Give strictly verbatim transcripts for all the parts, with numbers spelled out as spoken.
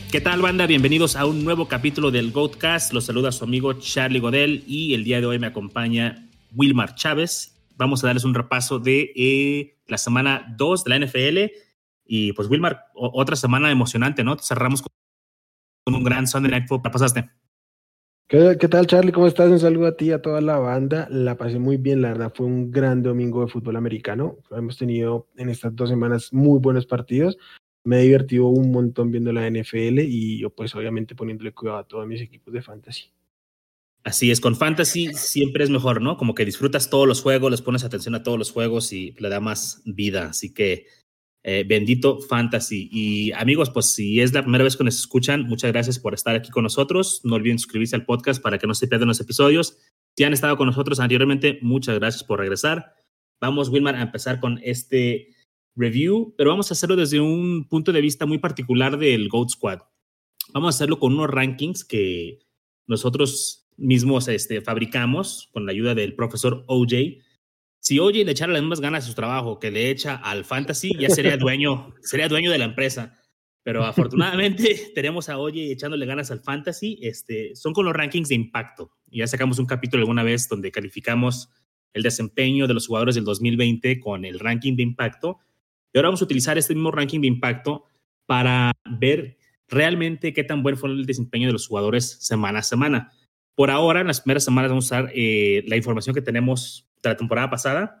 ¿Qué tal, banda? Bienvenidos a un nuevo capítulo del GOATcast. Los saluda su amigo Charlie Godel y el día de hoy me acompaña Wilmar Chávez. Vamos a darles un repaso de eh, la semana dos de la N F L. Y pues, Wilmar, o- otra semana emocionante, ¿no? Cerramos con un gran Sunday Night Football. ¿La pasaste? ¿Qué, qué tal, Charlie? ¿Cómo estás? Un saludo a ti y a toda la banda. La pasé muy bien, la verdad. Fue un gran domingo de fútbol americano. Hemos tenido en estas dos semanas muy buenos partidos. Me he divertido un montón viendo la N F L y yo, pues, obviamente poniéndole cuidado a todos mis equipos de fantasy. Así es, con Fantasy siempre es mejor, ¿no? Como que disfrutas todos los juegos, les pones atención a todos los juegos y le da más vida. Así que eh, bendito Fantasy. Y amigos, pues si es la primera vez que nos escuchan, muchas gracias por estar aquí con nosotros. No olviden suscribirse al podcast para que no se pierdan los episodios. Si han estado con nosotros anteriormente, muchas gracias por regresar. Vamos, Wilmar, a empezar con este review, pero vamos a hacerlo desde un punto de vista muy particular del GOAT Squad. Vamos a hacerlo con unos rankings que nosotros mismos este, fabricamos con la ayuda del profesor O J. Si O J le echara las mismas ganas a su trabajo que le echa al fantasy, ya sería dueño, sería dueño de la empresa. Pero afortunadamente tenemos a O J echándole ganas al fantasy. Este, son con los rankings de impacto. Ya sacamos un capítulo alguna vez donde calificamos el desempeño de los jugadores del dos mil veinte con el ranking de impacto. Y ahora vamos a utilizar este mismo ranking de impacto para ver realmente qué tan bueno fue el desempeño de los jugadores semana a semana. Por ahora, en las primeras semanas vamos a usar eh, la información que tenemos de la temporada pasada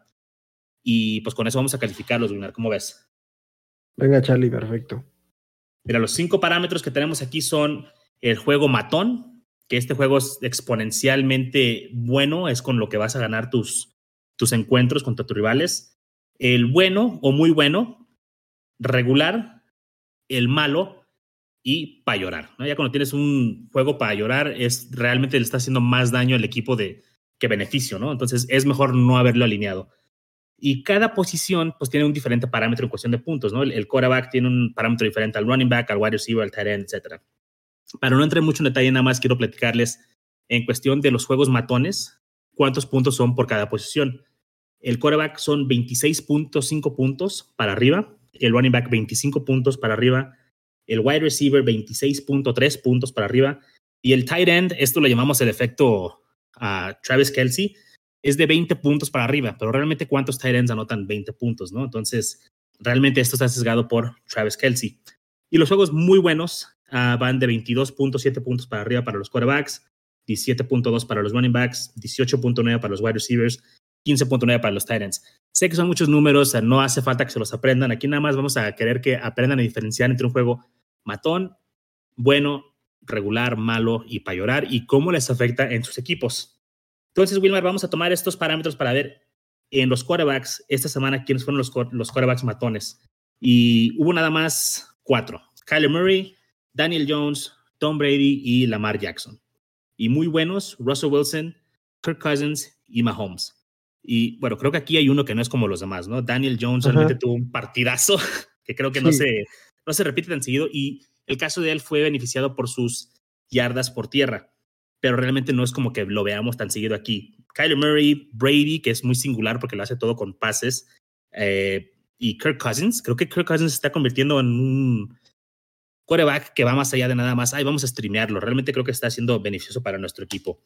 y pues con eso vamos a calificarlos, Gunnar. ¿Cómo ves? Venga, Charlie, perfecto. Mira, los cinco parámetros que tenemos aquí son el juego matón, que este juego es exponencialmente bueno, es con lo que vas a ganar tus, tus encuentros contra tus rivales. El bueno o muy bueno, regular, el malo y para llorar, ¿no? Ya cuando tienes un juego para llorar, es realmente le está haciendo más daño al equipo de, que beneficio, ¿no? Entonces es mejor no haberlo alineado. Y cada posición pues tiene un diferente parámetro en cuestión de puntos, ¿no? El, el quarterback tiene un parámetro diferente al running back, al wide receiver, al tight end, etcétera. Para no entrar mucho en detalle, nada más quiero platicarles en cuestión de los juegos matones, cuántos puntos son por cada posición. El quarterback son veintiséis punto cinco puntos para arriba, el running back veinticinco puntos para arriba, el wide receiver veintiséis punto tres puntos para arriba y el tight end, esto lo llamamos el efecto uh, Travis Kelce, es de veinte puntos para arriba, pero realmente ¿cuántos tight ends anotan veinte puntos, no? Entonces, realmente esto está sesgado por Travis Kelce. Y los juegos muy buenos uh, van de veintidós punto siete puntos para arriba para los quarterbacks, diecisiete punto dos para los running backs, dieciocho punto nueve para los wide receivers, quince punto nueve para los tight ends. Sé que son muchos números, no hace falta que se los aprendan. Aquí nada más vamos a querer que aprendan a diferenciar entre un juego matón, bueno, regular, malo y para llorar y cómo les afecta en sus equipos. Entonces, Wilmar, vamos a tomar estos parámetros para ver en los quarterbacks esta semana quiénes fueron los, los quarterbacks matones. Y hubo nada más cuatro. Kyler Murray, Daniel Jones, Tom Brady y Lamar Jackson. Y muy buenos, Russell Wilson, Kirk Cousins y Mahomes. Y bueno, creo que aquí hay uno que no es como los demás, ¿no? Daniel Jones Ajá. realmente tuvo un partidazo que creo que Sí. no, se, no se repite tan seguido y el caso de él fue beneficiado por sus yardas por tierra, pero realmente no es como que lo veamos tan seguido aquí. Kyler Murray, Brady, que es muy singular porque lo hace todo con pases, eh, y Kirk Cousins, creo que Kirk Cousins se está convirtiendo en un quarterback que va más allá de nada más, ay, vamos a streamearlo, realmente creo que está siendo beneficioso para nuestro equipo.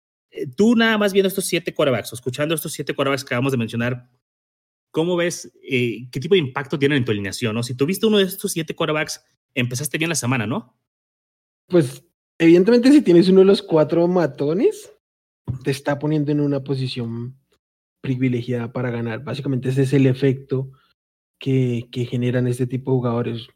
Tú nada más viendo estos siete quarterbacks, o escuchando estos siete quarterbacks que acabamos de mencionar, ¿cómo ves eh, qué tipo de impacto tienen en tu alineación? ¿No? Si tuviste uno de estos siete quarterbacks, empezaste bien la semana, ¿no? Pues, evidentemente, si tienes uno de los cuatro matones, te está poniendo en una posición privilegiada para ganar. Básicamente, ese es el efecto que, que generan este tipo de jugadores.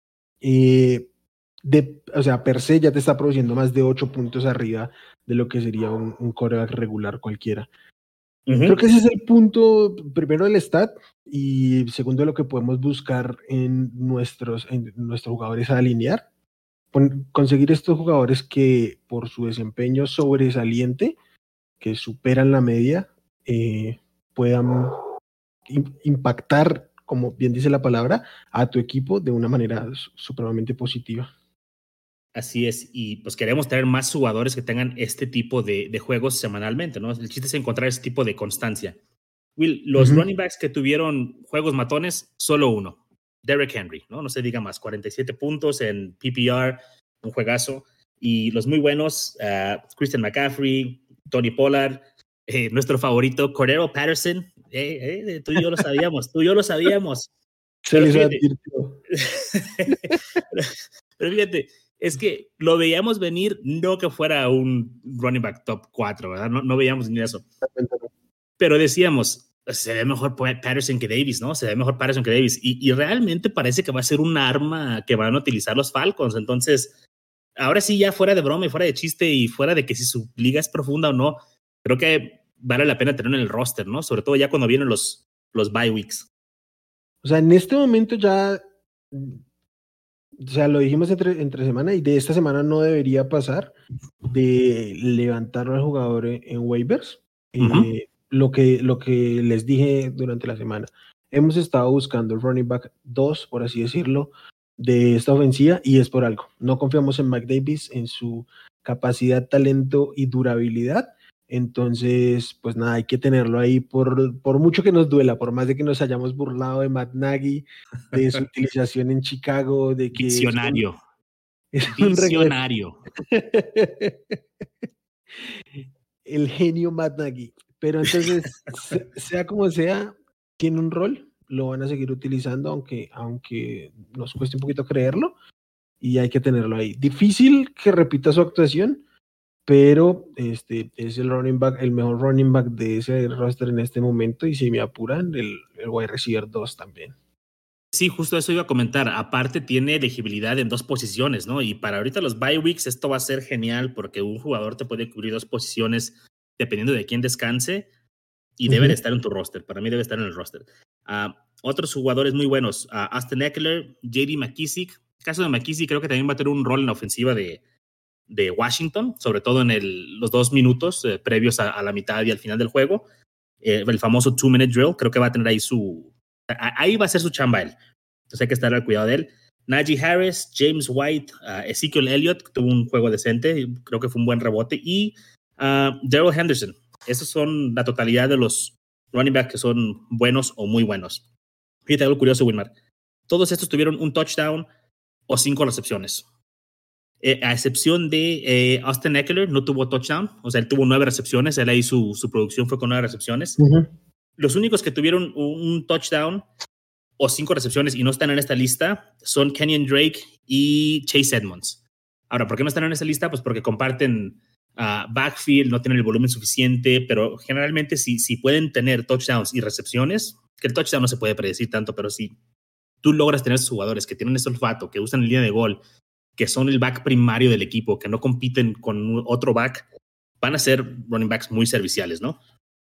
Eh, de, o sea, per se ya te está produciendo más de ocho puntos arriba de lo que sería un, un quarterback regular cualquiera. Uh-huh. Creo que ese es el punto, primero del stat y segundo lo que podemos buscar en nuestros, en nuestros jugadores a alinear. Pon, conseguir estos jugadores que por su desempeño sobresaliente, que superan la media, eh, puedan in, impactar, como bien dice la palabra, a tu equipo de una manera supremamente positiva. Así es, y pues queremos tener más jugadores que tengan este tipo de, de juegos semanalmente, ¿no? El chiste es encontrar ese tipo de constancia. Will, los uh-huh. running backs que tuvieron juegos matones, solo uno, Derrick Henry, ¿no? No se diga más, cuarenta y siete puntos en P P R, un juegazo. Y los muy buenos, uh, Christian McCaffrey, Tony Pollard, eh, nuestro favorito, Cordero Patterson. Eh, eh, tú y yo lo sabíamos, tú y yo lo sabíamos. Se les advirtió. Pero fíjate, es que lo veíamos venir, no que fuera un running back top cuatro, ¿verdad? No, no veíamos ni eso. Pero decíamos, se ve mejor Patterson que Davis, ¿no? Se ve mejor Patterson que Davis. Y, y realmente parece que va a ser un arma que van a utilizar los Falcons. Entonces, ahora sí, ya fuera de broma y fuera de chiste y fuera de que si su liga es profunda o no, creo que vale la pena tenerlo en el roster, ¿no? Sobre todo ya cuando vienen los, los bye weeks. O sea, en este momento ya, o sea, lo dijimos entre, entre semana y de esta semana no debería pasar de levantarlo al jugador en, en waivers. Uh-huh. Eh, lo, que, lo que les dije durante la semana. Hemos estado buscando el running back dos, por así decirlo, de esta ofensiva y es por algo. No confiamos en Mike Davis, en su capacidad, talento y durabilidad. Entonces, pues nada, hay que tenerlo ahí por, por mucho que nos duela, por más de que nos hayamos burlado de Matt Nagy, de su utilización en Chicago, de que... Diccionario. Es un, es Diccionario. El genio Matt Nagy. Pero entonces, sea como sea, tiene un rol, lo van a seguir utilizando, aunque, aunque nos cueste un poquito creerlo, y hay que tenerlo ahí. Difícil que repita su actuación, pero este es el running back, el mejor running back de ese roster en este momento, y si me apuran, el, el wide receiver dos también. Sí, justo eso iba a comentar. Aparte tiene elegibilidad en dos posiciones, ¿no? Y para ahorita los bye weeks esto va a ser genial porque un jugador te puede cubrir dos posiciones dependiendo de quién descanse y uh-huh. deben estar en tu roster. Para mí debe estar en el roster. Uh, otros jugadores muy buenos, uh, Austin Ekeler, J D McKissick. El caso de McKissick creo que también va a tener un rol en la ofensiva de, de Washington, sobre todo en el, los dos minutos eh, previos a, a la mitad y al final del juego. Eh, el famoso two-minute drill, creo que va a tener ahí su... Ahí va a ser su chamba él. Entonces hay que estar al cuidado de él. Najee Harris, James White, uh, Ezekiel Elliott, que tuvo un juego decente, creo que fue un buen rebote, y uh, Darrell Henderson. Esos son la totalidad de los running backs que son buenos o muy buenos. Fíjate algo curioso, Wilmar. Todos estos tuvieron un touchdown o cinco recepciones. Eh, a excepción de eh, Austin Ekeler, no tuvo touchdown. O sea, él tuvo nueve recepciones. Él ahí su, su producción fue con nueve recepciones. Uh-huh. Los únicos que tuvieron un, un touchdown o cinco recepciones y no están en esta lista son Kenyon Drake y Chase Edmonds. Ahora, ¿por qué no están en esta lista? Pues porque comparten uh, backfield, no tienen el volumen suficiente, pero generalmente si, si pueden tener touchdowns y recepciones, que el touchdown no se puede predecir tanto, pero si tú logras tener esos jugadores que tienen ese olfato, que usan línea de gol, que son el back primario del equipo, que no compiten con otro back, van a ser running backs muy serviciales, ¿no?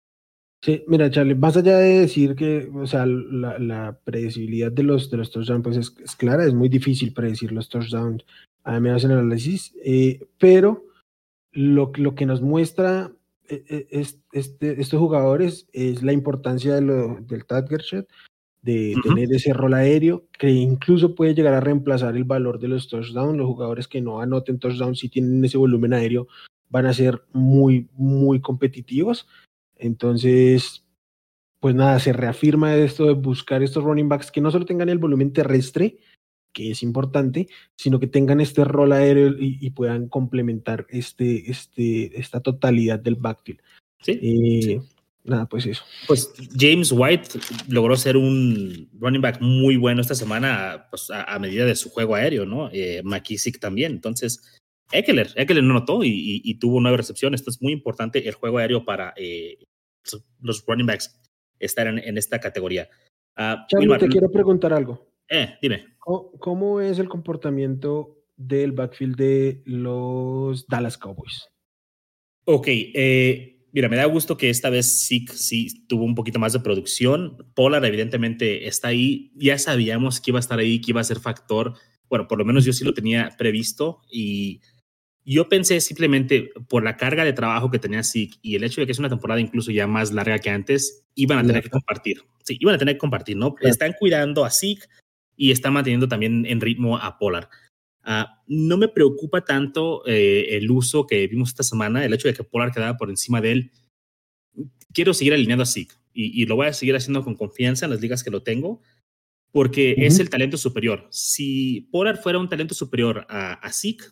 Sí, mira, Charlie, más allá de decir que, o sea, la, la predecibilidad de los, de los touchdowns pues es, es clara, es muy difícil predecir los touchdowns, a mí me hacen el análisis, eh, pero lo, lo que nos muestra es, este, estos jugadores es la importancia de lo, del target shot, de uh-huh. tener ese rol aéreo, que incluso puede llegar a reemplazar el valor de los touchdowns. Los jugadores que no anoten touchdowns si tienen ese volumen aéreo van a ser muy, muy competitivos. Entonces, pues nada, se reafirma esto de buscar estos running backs que no solo tengan el volumen terrestre, que es importante, sino que tengan este rol aéreo y, y puedan complementar este, este, esta totalidad del backfield. Sí, eh, sí. Nada, pues eso. Pues James White logró ser un running back muy bueno esta semana, pues a, a medida de su juego aéreo, ¿no? Eh, McKissick también. Entonces, Ekeler, Ekeler no notó y, y, y tuvo nueve recepciones. Esto es muy importante el juego aéreo para eh, los running backs estar en, en esta categoría. Uh, Charlie, Wilmar, te quiero preguntar algo. Eh, dime. ¿Cómo, ¿Cómo es el comportamiento del backfield de los Dallas Cowboys? Ok, eh... Mira, me da gusto que esta vez sí, sí tuvo un poquito más de producción. Pollard evidentemente está ahí. Ya sabíamos que iba a estar ahí, que iba a ser factor. Bueno, por lo menos yo sí lo tenía previsto. Y yo pensé simplemente por la carga de trabajo que tenía Zeke y el hecho de que es una temporada incluso ya más larga que antes, iban a tener claro. que compartir. Sí, iban a tener que compartir, ¿no? Claro. Están cuidando a Zeke y están manteniendo también en ritmo a Pollard. Uh, no me preocupa tanto eh, el uso que vimos esta semana, el hecho de que Pollard quedaba por encima de él. Quiero seguir alineando a Zeke y, y lo voy a seguir haciendo con confianza en las ligas que lo tengo porque uh-huh. es el talento superior. Si Pollard fuera un talento superior a, a Zeke,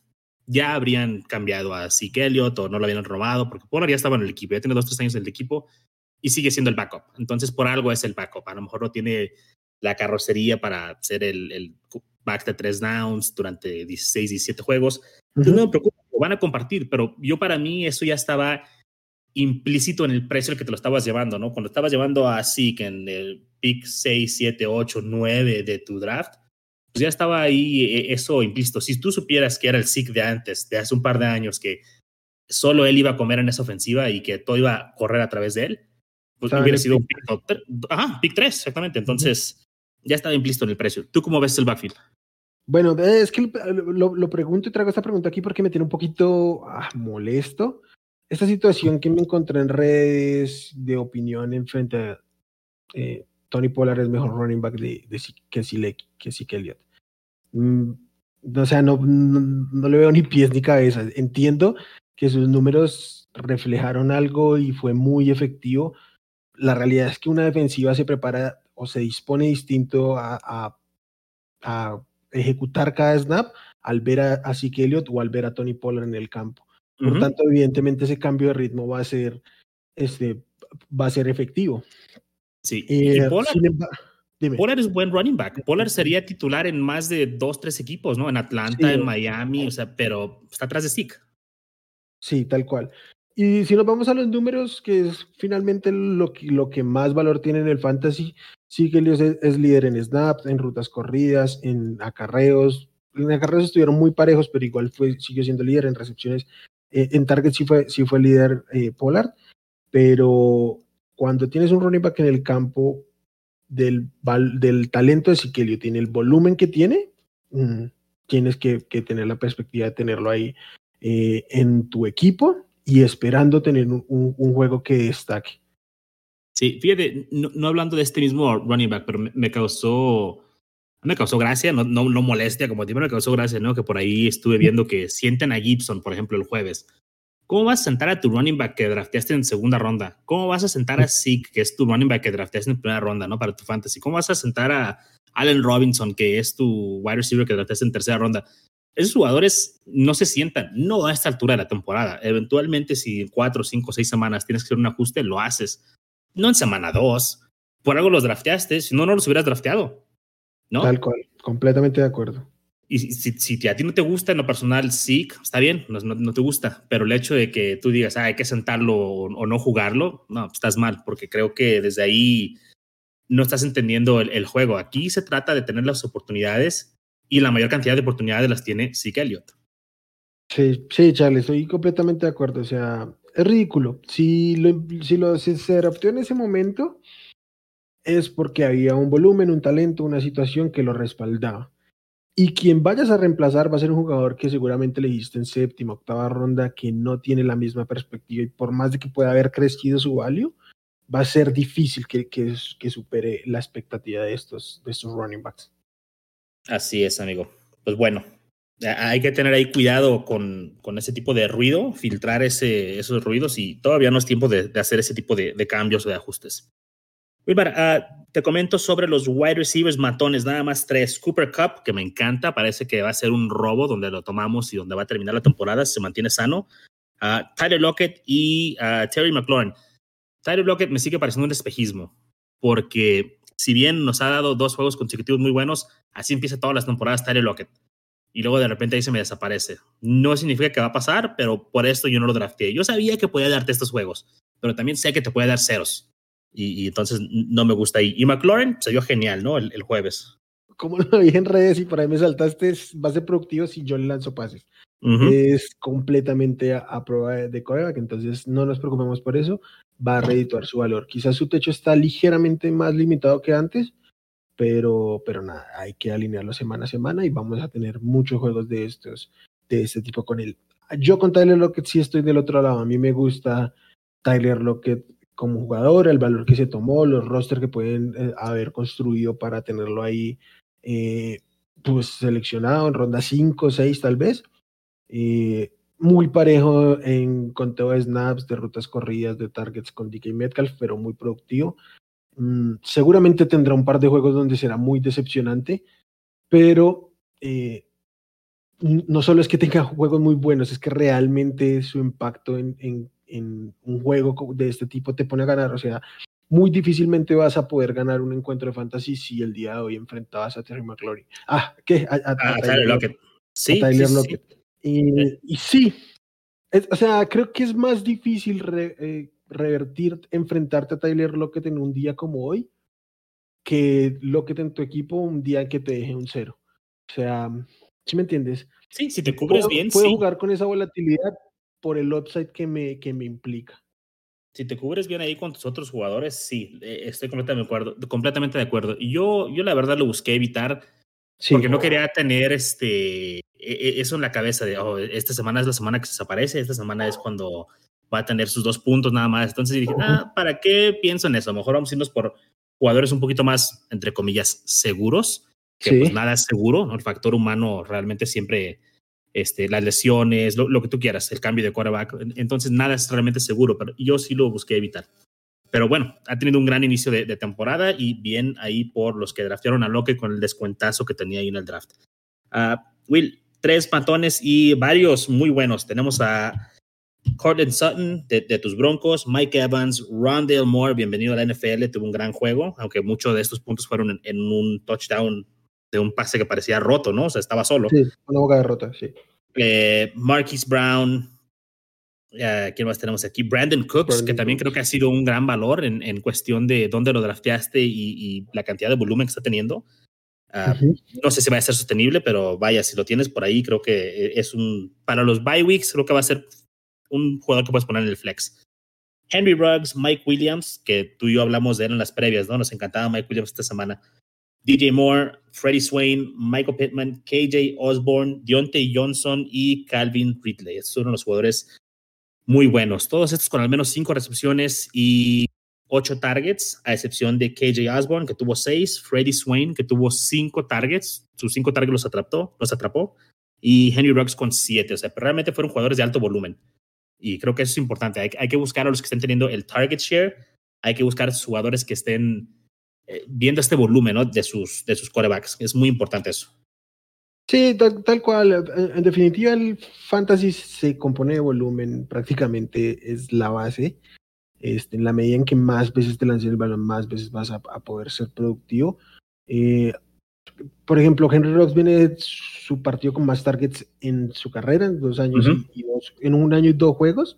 ya habrían cambiado a Zeke Elliott o no lo habían robado, porque Pollard ya estaba en el equipo, ya tiene dos, tres años en el equipo y sigue siendo el backup. Entonces, por algo es el backup. A lo mejor no tiene la carrocería para ser el, el back de tres downs durante dieciséis, diecisiete juegos. Entonces, uh-huh. No me preocupa, lo van a compartir, pero yo para mí eso ya estaba implícito en el precio al que te lo estabas llevando, ¿no? Cuando estabas llevando a Zeke en el pick seis, siete, ocho, nueve de tu draft, pues ya estaba ahí eso implícito. Si tú supieras que era el Zeke de antes, de hace un par de años, que solo él iba a comer en esa ofensiva y que todo iba a correr a través de él, pues hubiera sido un pick, ajá, pick tres, exactamente. Entonces, uh-huh. ya estaba implícito en el precio. ¿Tú cómo ves el backfield? Bueno, es que lo, lo pregunto y traigo esta pregunta aquí porque me tiene un poquito ah, molesto. Esta situación que me encontré en redes de opinión en frente a eh, Tony Pollard es mejor running back de, de, que Zeke Elliott. Mm, o sea, no, no, no le veo ni pies ni cabeza. Entiendo que sus números reflejaron algo y fue muy efectivo. La realidad es que una defensiva se prepara o se dispone distinto a, a, a ejecutar cada snap al ver a, a Zeke Elliott o al ver a Tony Pollard en el campo. Por uh-huh. tanto, evidentemente ese cambio de ritmo va a ser, este, va a ser efectivo. Sí, eh, y Pollard, sin Pollard es buen running back. Pollard sería titular en más de dos, tres equipos, ¿no? En Atlanta, sí, en Miami, o sea, pero está atrás de Zeke. Sí, tal cual. Y si nos vamos a los números, que es finalmente lo que, lo que más valor tiene en el fantasy, Zeke Elliott es, es líder en snaps, en rutas corridas, en acarreos. En acarreos estuvieron muy parejos, pero igual fue, siguió siendo líder en recepciones. Eh, en target sí fue, sí fue líder eh, Pollard, pero cuando tienes un running back en el campo del, del talento de Zeke Elliott, tiene el volumen que tiene, mmm, tienes que, que tener la perspectiva de tenerlo ahí eh, en tu equipo y esperando tener un, un, un juego que destaque. Sí, fíjate, no, no hablando de este mismo running back, pero me, me causó me causó gracia, no, no, no molestia como ti, pero me causó gracia, ¿no? Que por ahí estuve viendo que sienten a Gibson, por ejemplo, el jueves. ¿Cómo vas a sentar a tu running back que drafteaste en segunda ronda? ¿Cómo vas a sentar a Zeke, que es tu running back que drafteaste en primera ronda, ¿no? Para tu fantasy. ¿Cómo vas a sentar a Allen Robinson, que es tu wide receiver que drafteaste en tercera ronda? Esos jugadores no se sientan, no a esta altura de la temporada. Eventualmente, si en cuatro, cinco, seis semanas tienes que hacer un ajuste, lo haces. No en semana dos. Por algo los drafteaste, si no, no los hubieras drafteado, ¿no? Tal cual, completamente de acuerdo. Y si, si, si a ti no te gusta en lo personal Zeke, está bien, no, no, no te gusta, pero el hecho de que tú digas, ah, hay que sentarlo o, o no jugarlo, no, estás mal, porque creo que desde ahí no estás entendiendo el, el juego. Aquí se trata de tener las oportunidades y la mayor cantidad de oportunidades las tiene Zeke Elliott. Sí, sí, Charlie, estoy completamente de acuerdo. O sea, es ridículo. Si lo, si lo si se drafteó en ese momento, es porque había un volumen, un talento, una situación que lo respaldaba. Y quien vayas a reemplazar va a ser un jugador que seguramente le diste en séptima, octava ronda, que no tiene la misma perspectiva y por más de que pueda haber crecido su value, va a ser difícil que, que, que supere la expectativa de estos, de estos running backs. Así es, amigo. Pues bueno, hay que tener ahí cuidado con, con ese tipo de ruido, filtrar ese, esos ruidos y todavía no es tiempo de, de hacer ese tipo de, de cambios o de ajustes. Wilmar, uh, te comento sobre los wide receivers matones, nada más tres. Cooper Kupp, que me encanta, parece que va a ser un robo donde lo tomamos y donde va a terminar la temporada, si se mantiene sano. Uh, Tyler Lockett y uh, Terry McLaurin. Tyler Lockett me sigue pareciendo un espejismo, porque si bien nos ha dado dos juegos consecutivos muy buenos, así empieza todas las temporadas Tyler Lockett. Y luego de repente ahí se me desaparece. No significa que va a pasar, pero por esto yo no lo drafteé. Yo sabía que podía darte estos juegos, pero también sé que te puede dar ceros. Y, y entonces no me gusta ahí. Y McLaurin se vio genial, ¿no? El, el jueves. Como lo vi en redes y por ahí me saltaste, va a ser productivo si yo le lanzo pases. Uh-huh. Es completamente a, a prueba de, de quarterback, entonces no nos preocupemos por eso. Va a redituar su valor. Quizás su techo está ligeramente más limitado que antes, pero, pero nada, hay que alinearlo semana a semana y vamos a tener muchos juegos de estos, de este tipo con él. Yo con Tyler Lockett sí estoy del otro lado. A mí me gusta Tyler Lockett como jugador, el valor que se tomó, los roster que pueden eh, haber construido para tenerlo ahí eh, pues seleccionado en ronda cinco, seis tal vez. Eh, muy parejo en conteo de snaps, de rutas corridas, de targets con D K Metcalf, pero muy productivo. Mm, seguramente tendrá un par de juegos donde será muy decepcionante, pero eh, no solo es que tenga juegos muy buenos, es que realmente su impacto en, en, en un juego de este tipo te pone a ganar. O sea, muy difícilmente vas a poder ganar un encuentro de fantasy si el día de hoy enfrentabas a Terry McLaurin. Ah, ¿qué? A, a, A, a a Tyler Tyler Lockett. Lockett. A Sí, sí, Tyler sí. Lockett. Y, Eh, y sí, es, o sea, creo que es más difícil re, eh, revertir, enfrentarte a Tyler Lockett en un día como hoy que Lockett en tu equipo un día que te deje un cero. O sea, ¿sí me entiendes? sí, si te cubres Puedo, bien, puedo sí. jugar con esa volatilidad por el upside que me, que me implica. Si te cubres bien ahí con tus otros jugadores, sí, eh, estoy completamente de acuerdo. Completamente de acuerdo. Y yo, yo la verdad lo busqué evitar Sí. porque no quería tener este, e- e- eso en la cabeza de, oh, esta semana es la semana que se desaparece, esta semana es cuando va a tener sus dos puntos nada más. Entonces dije, ah, ¿para qué pienso en eso? A lo mejor vamos a irnos por jugadores un poquito más, entre comillas, seguros, que pues Sí. nada es seguro, ¿no? El factor humano realmente siempre, este, las lesiones, lo, lo que tú quieras, el cambio de quarterback. Entonces nada es realmente seguro, pero yo sí lo busqué evitar. Pero bueno, ha tenido un gran inicio de, de temporada y bien ahí por los que draftearon a Lockett con el descuentazo que tenía ahí en el draft. Uh, Will, tres matones y varios muy buenos. Tenemos a Cortland Sutton de, de tus Broncos, Mike Evans, Rondale Moore, bienvenido a la N F L, tuvo un gran juego, aunque muchos de estos puntos fueron en, en un touchdown de un pase que parecía roto, ¿no? O sea, estaba solo. Sí, una boca de rota, sí. Eh, Marquise Brown, Uh, ¿quién más tenemos aquí? Brandon Cooks, Brandon que también Cooks. creo que ha sido un gran valor en, en cuestión de dónde lo drafteaste y, y la cantidad de volumen que está teniendo. Uh, uh-huh. No sé si va a ser sostenible, pero vaya, si lo tienes por ahí, creo que es un... Para los bye weeks, creo que va a ser un jugador que puedes poner en el flex. Henry Ruggs, Mike Williams, que tú y yo hablamos de él en las previas, ¿no? Nos encantaba Mike Williams esta semana. D J Moore, Freddie Swain, Michael Pittman, K J Osborne, Deontay Johnson y Calvin Ridley. Estos son los jugadores muy buenos. Todos estos con al menos cinco recepciones y ocho targets, a excepción de K J Osborne, que tuvo seis, Freddie Swain, que tuvo cinco targets, sus cinco targets los atrapó, los atrapó, y Henry Ruggs con siete. O sea, realmente fueron jugadores de alto volumen. Y creo que eso es importante. Hay, hay que buscar a los que estén teniendo el target share, hay que buscar a sus jugadores que estén eh, viendo este volumen, ¿no? de, sus, de sus quarterbacks. Es muy importante eso. Sí, tal, tal cual. En definitiva, el fantasy se compone de volumen, prácticamente es la base. Este, en la medida en que más veces te lancen el balón, más veces vas a, a poder ser productivo. Eh, por ejemplo, Henry Ruggs viene de su partido con más targets en su carrera, en dos años uh-huh. y, y dos, en un año y dos juegos,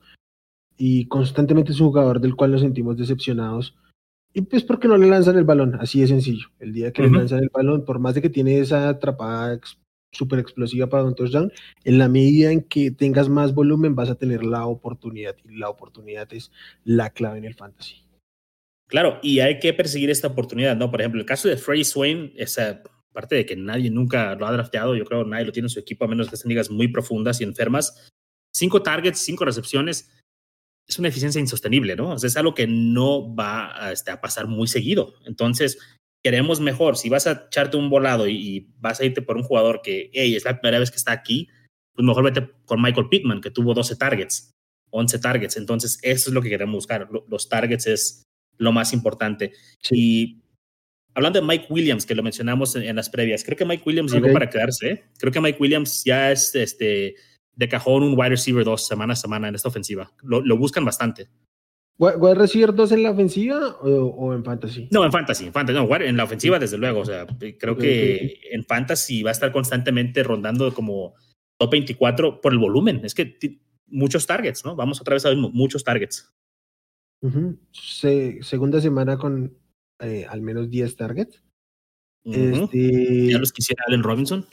y constantemente es un jugador del cual nos sentimos decepcionados. Y pues porque no le lanzan el balón, así de sencillo. El día que uh-huh. le lanzan el balón, por más de que tiene esa atrapada ex- súper explosiva para un touchdown, en la medida en que tengas más volumen vas a tener la oportunidad, y la oportunidad es la clave en el fantasy. Claro, y hay que perseguir esta oportunidad, ¿no? Por ejemplo, el caso de Freddie Swain, esa parte de que nadie nunca lo ha drafteado, yo creo que nadie lo tiene en su equipo, a menos que estén ligas muy profundas y enfermas. Cinco targets, cinco recepciones, es una eficiencia insostenible, ¿no? O sea, es algo que no va a, este, a pasar muy seguido. Entonces, queremos mejor. Si vas a echarte un volado y, y vas a irte por un jugador que, hey, es la primera vez que está aquí, pues mejor vete con Michael Pittman, que tuvo doce targets, once targets. Entonces, eso es lo que queremos buscar. Los targets es lo más importante. Sí. Y hablando de Mike Williams, que lo mencionamos en, en las previas, creo que Mike Williams okay. llegó para quedarse. ¿eh? Creo que Mike Williams ya es este, de cajón un wide receiver dos semana a semana en esta ofensiva. Lo, lo buscan bastante. ¿Wide receiver dos en la ofensiva o, o en fantasy? No, en fantasy, en fantasy. No, en la ofensiva, desde luego. O sea, creo okay, que okay. en fantasy va a estar constantemente rondando como top veinticuatro por el volumen. Es que t- muchos targets, ¿no? Vamos otra vez a ver muchos targets. Uh-huh. Se, segunda semana con eh, al menos diez targets. Uh-huh. Este... Ya los quisiera Allen Robinson.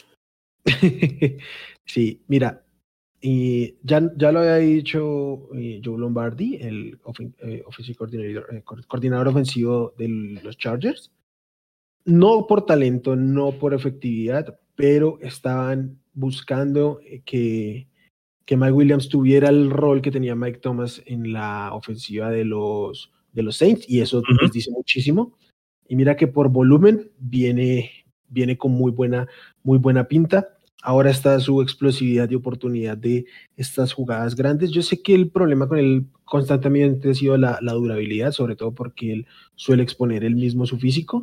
Sí, mira, y ya, ya lo había dicho eh, Joe Lombardi, el ofen, eh, offensive coordinator, eh, coordinador ofensivo de los Chargers. No por talento, no por efectividad, pero estaban buscando que, que Mike Williams tuviera el rol que tenía Mike Thomas en la ofensiva de los, de los Saints, y eso uh-huh. les dice muchísimo. Y mira que por volumen viene, viene con muy buena, muy buena pinta. Ahora está su explosividad y oportunidad de estas jugadas grandes. Yo sé que el problema con él constantemente ha sido la, la durabilidad, sobre todo porque él suele exponer él mismo su físico,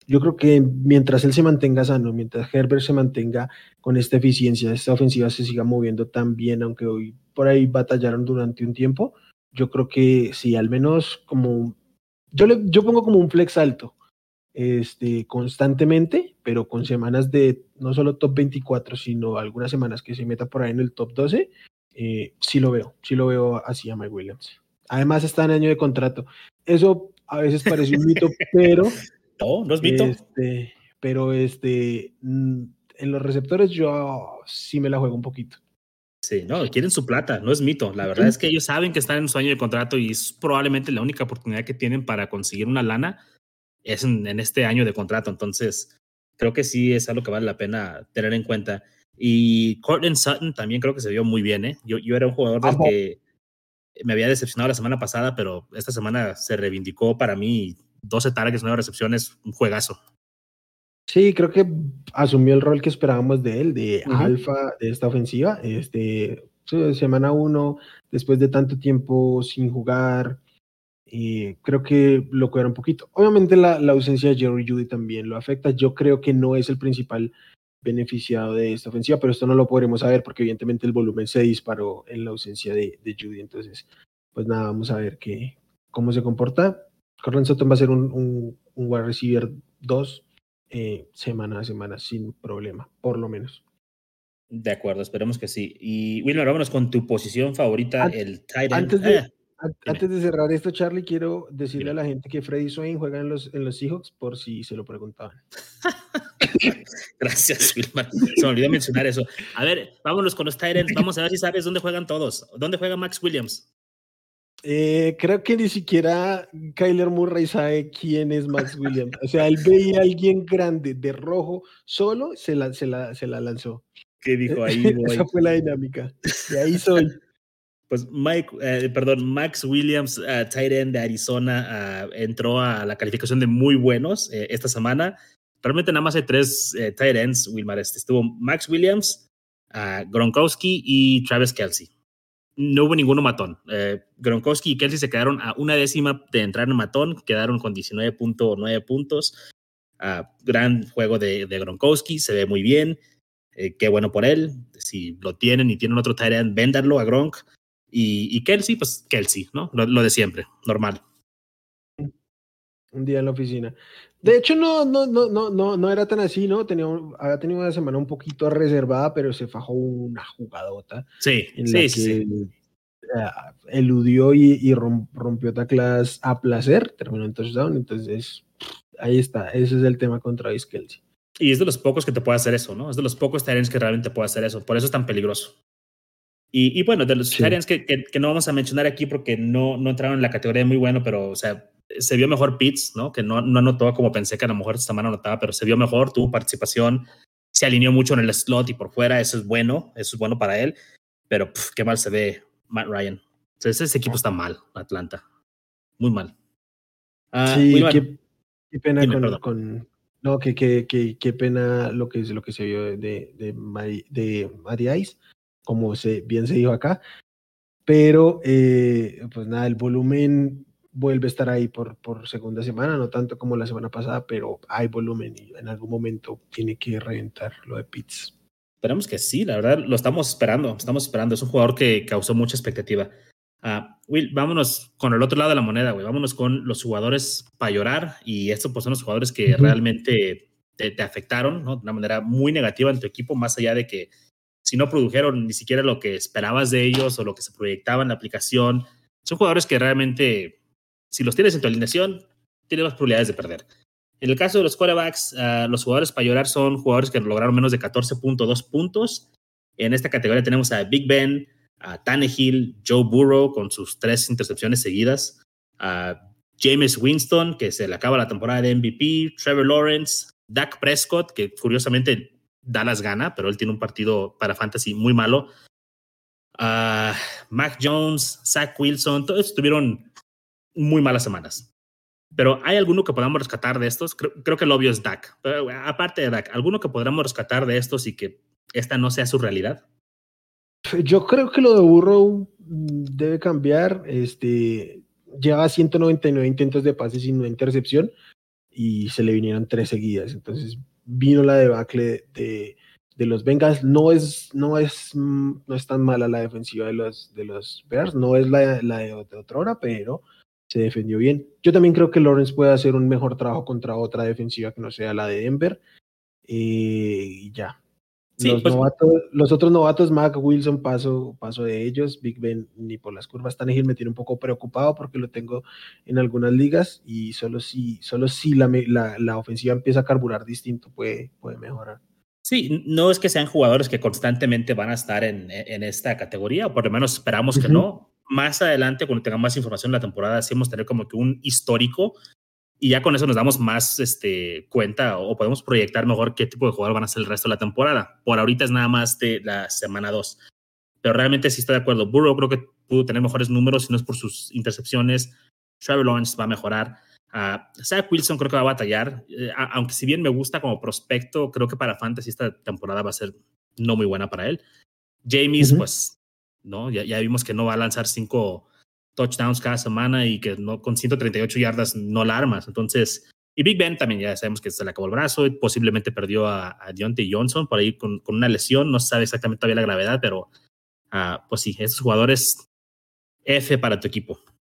Yo creo que mientras él se mantenga sano, mientras Herbert se mantenga con esta eficiencia, esta ofensiva se siga moviendo tan bien, aunque hoy por ahí batallaron durante un tiempo, yo creo que sí, al menos como, yo, le, yo pongo como un flex alto, este, constantemente, pero con semanas de no solo top veinticuatro, sino algunas semanas que se meta por ahí en el top doce, eh, sí lo veo, sí lo veo así a Mike Williams. Además está en año de contrato. Eso a veces parece un mito, pero... No, no es mito. Este, pero este, en los receptores yo sí me la juego un poquito. Sí, no, quieren su plata, no es mito. La verdad es que ellos saben que están en su año de contrato y es probablemente la única oportunidad que tienen para conseguir una lana es en, en este año de contrato. Entonces, creo que sí es algo que vale la pena tener en cuenta. Y Courtland Sutton también creo que se vio muy bien, ¿eh? Yo, yo era un jugador del que me había decepcionado la semana pasada, pero esta semana se reivindicó para mí. doce targets, nueve recepciones, un juegazo. Sí, creo que asumió el rol que esperábamos de él, de Uh-huh. alfa de esta ofensiva. Este, semana uno, después de tanto tiempo sin jugar, eh, creo que lo cuida un poquito. Obviamente la, la ausencia de Jerry Jeudy también lo afecta. Yo creo que no es el principal beneficiado de esta ofensiva, pero esto no lo podremos saber porque evidentemente el volumen se disparó en la ausencia de, de Jeudy. Entonces, pues nada, vamos a ver qué, cómo se comporta. Courtland Sutton va a ser un, un, un wide receiver dos eh, semana a semana sin problema, por lo menos. De acuerdo, esperemos que sí. Y Wilmer, vámonos con tu posición favorita, Antes, el tight end. Antes de, eh, antes de cerrar esto, Charlie, quiero decirle dime. a la gente que Freddy Swain juega en los, en los Seahawks, por si se lo preguntaban. Gracias, Wilmar. Se me olvidó mencionar eso. A ver, vámonos con los tight ends. Vamos a ver si sabes dónde juegan todos. ¿Dónde juega Max Williams? Eh, creo que ni siquiera Kyler Murray sabe quién es Max Williams. O sea, él veía a alguien grande de rojo solo, se la, se la, se la lanzó. ¿Qué dijo ahí, boy? Esa fue la dinámica. De ahí soy. Pues Mike, eh, perdón, Max Williams, uh, tight end de Arizona, uh, entró a la calificación de muy buenos eh, esta semana. Realmente nada más hay tres eh, tight ends, Wilmar. Este, estuvo Max Williams, uh, Gronkowski y Travis Kelce. No hubo ninguno matón. Eh, Gronkowski y Kelce se quedaron a una décima de entrar en matón, quedaron con diecinueve punto nueve puntos. Uh, gran juego de, de Gronkowski, se ve muy bien. Eh, qué bueno por él. Si lo tienen y tienen otro tight end, véndanlo a Gronk. Y, y Kelce, pues Kelce, ¿no? Lo, lo de siempre, normal. Un día en la oficina. De hecho, no, no, no, no, no, no era tan así, ¿no? Tenía, había tenido una semana un poquito reservada, pero se fajó una jugadota sí, en sí, la sí, que sí. Uh, eludió y, y rompió taclas a placer, terminó en touchdown. Entonces, ahí está. Ese es el tema con Travis Kelce. Y es de los pocos que te puede hacer eso, ¿no? Es de los pocos tight ends que realmente puede hacer eso. Por eso es tan peligroso. Y, y bueno, de los sí. tight ends que, que, que no vamos a mencionar aquí porque no, no entraron en la categoría de muy bueno, pero, o sea, se vio mejor Pitts, ¿no? Que no, no anotó como pensé que a lo mejor esta semana anotaba, pero se vio mejor, tuvo participación, se alineó mucho en el slot y por fuera, eso es bueno, eso es bueno para él, pero pff, qué mal se ve Matt Ryan. Entonces, ese equipo está mal, Atlanta, muy mal. Uh, sí, Wilmar, qué, qué pena dime, con, con... No, que, que, que, qué pena lo que, lo que se vio de, de, Mari, de Matty Ice, como se, bien se dijo acá, pero eh, pues nada, el volumen vuelve a estar ahí por, por segunda semana, no tanto como la semana pasada, pero hay volumen y en algún momento tiene que reventar lo de Pitts. Esperamos que sí, la verdad, lo estamos esperando, estamos esperando. Es un jugador que causó mucha expectativa. Uh, Will, vámonos con el otro lado de la moneda, güey. Vámonos con los jugadores para llorar. Y estos pues, son los jugadores que uh-huh. realmente te, te afectaron, ¿no? De una manera muy negativa en tu equipo, más allá de que si no produjeron ni siquiera lo que esperabas de ellos o lo que se proyectaba en la aplicación. Son jugadores que realmente, si los tienes en tu alineación, tienes más probabilidades de perder. En el caso de los quarterbacks, uh, los jugadores para llorar son jugadores que lograron menos de catorce punto dos puntos. En esta categoría tenemos a Big Ben, a Tannehill, Joe Burrow con sus tres intercepciones seguidas, a Jameis Winston, que se le acaba la temporada de M V P, Trevor Lawrence, Dak Prescott, que curiosamente Dallas gana, pero él tiene un partido para fantasy muy malo, a Mac Jones, Zach Wilson, todos tuvieron muy malas semanas. Pero ¿hay alguno que podamos rescatar de estos? Creo, creo que el obvio es Dak. Pero aparte de Dak, ¿alguno que podamos rescatar de estos y que esta no sea su realidad? Yo creo que lo de Burrow debe cambiar. Este, lleva ciento noventa y nueve intentos de pase sin una intercepción. y se le vinieron tres seguidas. Entonces vino la debacle de, de, de los Bengals. No es, no, es, no es tan mala la defensiva de los, de los Bears, no es la, la de, de otra hora, pero se defendió bien. Yo también creo que Lawrence puede hacer un mejor trabajo contra otra defensiva que no sea la de Denver. Eh, y ya. Sí, Los, pues novatos, los otros novatos, Mac Wilson, paso, paso de ellos. Big Ben ni por las curvas. Tannehill me tiene un poco preocupado porque lo tengo en algunas ligas y solo si, solo si la, la, la ofensiva empieza a carburar distinto puede, puede mejorar. sí, no es que sean jugadores que constantemente van a estar en, en esta categoría, o por lo menos esperamos que Uh-huh. no. Más adelante, cuando tengamos más información en la temporada, hacemos tener como que un histórico y ya con eso nos damos más este, cuenta o podemos proyectar mejor qué tipo de jugador van a ser el resto de la temporada. Por ahorita es nada más de la semana dos. Pero realmente sí estoy de acuerdo. Burrow creo que pudo tener mejores números, si no es por sus intercepciones. Trevor Lawrence va a mejorar. Uh, Zach Wilson creo que va a batallar. Eh, aunque si bien me gusta como prospecto, creo que para Fantasy esta temporada va a ser no muy buena para él. James, uh-huh. pues, no, ya, ya vimos que no va a lanzar cinco touchdowns cada semana y que no, con ciento treinta y ocho yardas no la armas. Entonces, y Big Ben también ya sabemos que se le acabó el brazo, y posiblemente perdió a, a Deontay Johnson por ahí con, con una lesión, no se sabe exactamente todavía la gravedad, pero uh, pues sí, estos jugadores F para tu equipo.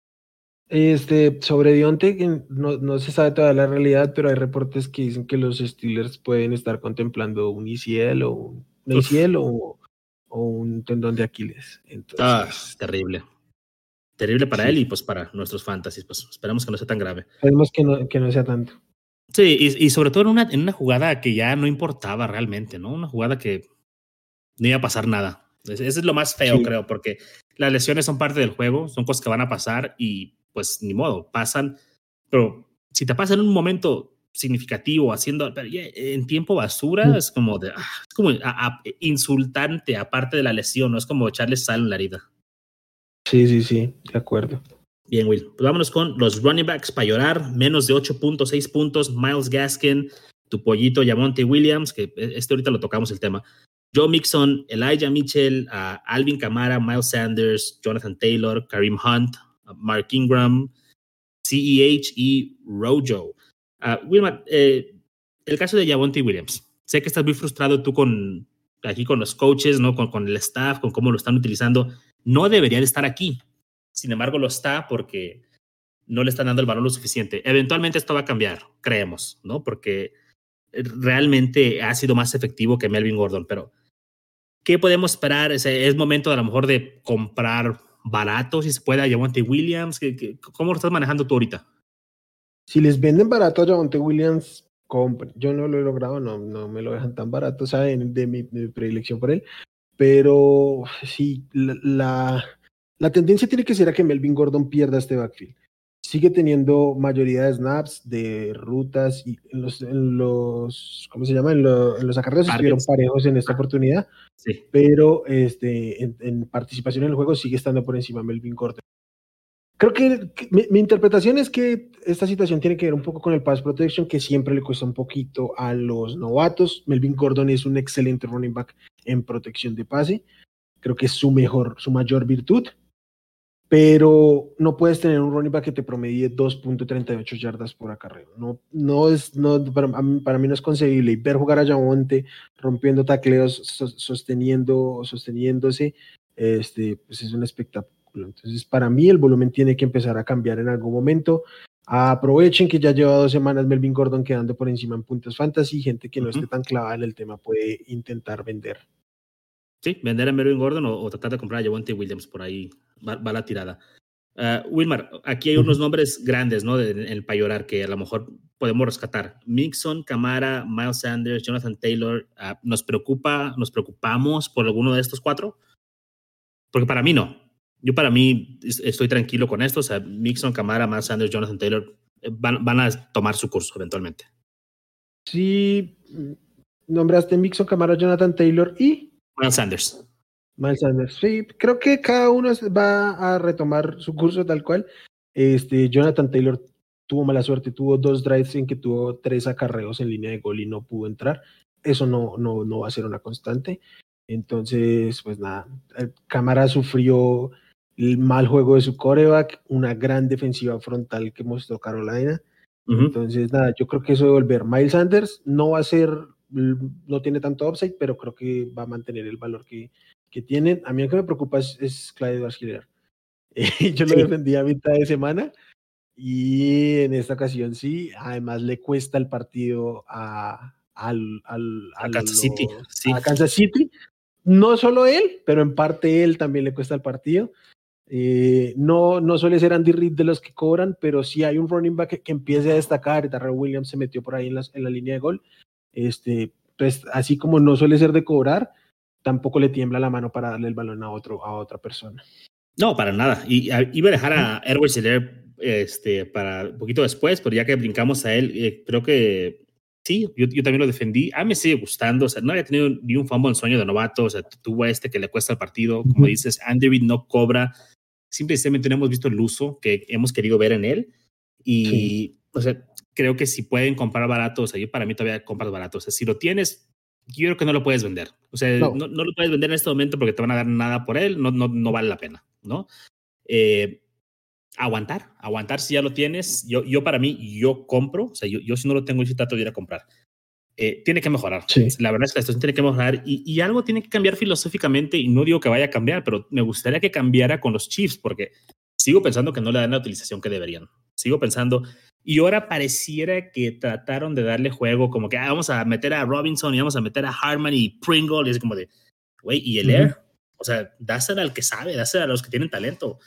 Este, sobre Dionte, no, no se sabe toda la realidad, pero hay reportes que dicen que los Steelers pueden estar contemplando un I C L o un, un I C L o, o un tendón de Aquiles. Entonces, ah, terrible. Terrible para sí. él y pues para nuestros fantasies. Pues esperemos que no sea tan grave. Esperemos que no, que no sea tanto. Sí, y, y sobre todo en una, en una jugada que ya no importaba realmente, ¿no? Una jugada que no iba a pasar nada. Eso es lo más feo, sí. creo, porque las lesiones son parte del juego, son cosas que van a pasar y pues ni modo, pasan. Pero si te pasa en un momento significativo, haciendo en tiempo basura, mm. es como, de, ah, es como a, a, insultante, aparte de la lesión, no es como echarle sal en la herida. Sí, sí, sí, de acuerdo. Bien, Will. Pues vámonos con los running backs para llorar. Menos de ocho punto seis puntos. Myles Gaskin, tu pollito Javonte Williams, que este ahorita lo tocamos el tema. Joe Mixon, Elijah Mitchell, uh, Alvin Kamara, Miles Sanders, Jonathan Taylor, Kareem Hunt, uh, Mark Ingram, C E H y Rojo. Uh, Wilmar, eh, el caso de Javonte Williams. Sé que estás muy frustrado tú con aquí con los coaches, ¿no? Con, con el staff, con cómo lo están utilizando. No debería de estar aquí. Sin embargo, lo está porque no le están dando el valor lo suficiente. Eventualmente esto va a cambiar, creemos, ¿no? Porque realmente ha sido más efectivo que Melvin Gordon. Pero, ¿qué podemos esperar? ¿Es, es momento a lo mejor de comprar barato, si se puede, a Javonte Williams? ¿Cómo lo estás manejando tú ahorita? Si les venden barato a Javonte Williams, compren. Yo no lo he logrado, no, no me lo dejan tan barato, ¿saben? De mi, de mi predilección por él. Pero sí, la... la La tendencia tiene que ser a que Melvin Gordon pierda este backfield. Sigue teniendo mayoría de snaps, de rutas, y en los, en los ¿cómo se llama? En, lo, en los acarreos estuvieron parejos en esta ah, oportunidad, sí. pero este, en, en participación en el juego sigue estando por encima Melvin Gordon. Creo que, que mi, mi interpretación es que esta situación tiene que ver un poco con el pass protection, que siempre le cuesta un poquito a los novatos. Melvin Gordon es un excelente running back en protección de pase. Creo que es su mejor, su mayor virtud. Pero no puedes tener un running back que te promedie dos punto treinta y ocho yardas por acarreo. No, no es, no, para, para mí no es concebible. Y ver jugar a Javonte rompiendo tacleos, so, sosteniendo, sosteniéndose, este, pues es un espectáculo. Entonces, para mí el volumen tiene que empezar a cambiar en algún momento. Aprovechen que ya lleva dos semanas Melvin Gordon quedando por encima en puntos fantasy. Gente que no uh-huh. esté tan clavada en el tema puede intentar vender. Sí, vender a Melvin Gordon o, o tratar de comprar a Javonte Williams, por ahí va, va la tirada. Uh, Wilmar, aquí hay unos uh-huh. nombres grandes, ¿no? En el para llorar que a lo mejor podemos rescatar. Mixon, Kamara, Miles Sanders, Jonathan Taylor. Uh, ¿Nos preocupa, nos preocupamos por alguno de estos cuatro? Porque para mí no. Yo para mí estoy tranquilo con esto. O sea, Mixon, Kamara, Miles Sanders, Jonathan Taylor van, van a tomar su curso eventualmente. Sí, nombraste Mixon, Kamara, Jonathan Taylor y... Miles Sanders. Miles Sanders, sí, creo que cada uno va a retomar su curso tal cual. Este, Jonathan Taylor tuvo mala suerte, tuvo dos drives en que tuvo tres acarreos en línea de gol y no pudo entrar. Eso no, no, no va a ser una constante. Entonces, pues nada, Kamara sufrió el mal juego de su quarterback, una gran defensiva frontal que mostró Carolina. Uh-huh. Entonces, nada, yo creo que eso de volver. Miles Sanders no va a ser, no tiene tanto upside, pero creo que va a mantener el valor que, que tienen. A mí lo que me preocupa es, es Clyde Edwards-Helaire. Eh, yo lo sí. defendí a mitad de semana y en esta ocasión sí. Además, le cuesta el partido a, al, al, a, a Kansas City. Sí. A Kansas City. No solo él, pero en parte él también le cuesta el partido. Eh, no, no suele ser Andy Reid de los que cobran, pero sí hay un running back que, que empiece a destacar. Darrell Williams se metió por ahí en, las, en la línea de gol. Este, pues, así como no suele ser de cobrar, tampoco le tiembla la mano para darle el balón a, otro, a otra persona. No, para nada. Y a, iba a dejar a Edwards-Helaire este, para un poquito después, pero ya que brincamos a él, eh, creo que sí, yo, yo también lo defendí. A mí me sigue gustando. O sea, no había tenido ni un fumble en sueño de novato. O sea, tuvo a este que le cuesta el partido. Como uh-huh. dices, Andy Reid no cobra. Simplemente no hemos visto el uso que hemos querido ver en él. Y, sí. o sea, creo que si pueden comprar barato, o sea, yo para mí todavía compras barato. O sea, si lo tienes, yo creo que no lo puedes vender. O sea, no, no, no lo puedes vender en este momento porque te van a dar nada por él. No, no, no vale la pena, ¿no? Eh, aguantar, aguantar si ya lo tienes. Yo, yo para mí, yo compro. O sea, yo, yo si no lo tengo, yo trato de ir a comprar. Eh, tiene que mejorar. Sí. La verdad es que la situación tiene que mejorar y, y algo tiene que cambiar filosóficamente y no digo que vaya a cambiar, pero me gustaría que cambiara con los Chiefs porque sigo pensando que no le dan la utilización que deberían. Sigo pensando y ahora pareciera que trataron de darle juego como que ah, vamos a meter a Robinson y vamos a meter a Hartman y Pringle y es como de, güey, ¿y el uh-huh. Air? O sea, dásela al que sabe, dásela a los que tienen talento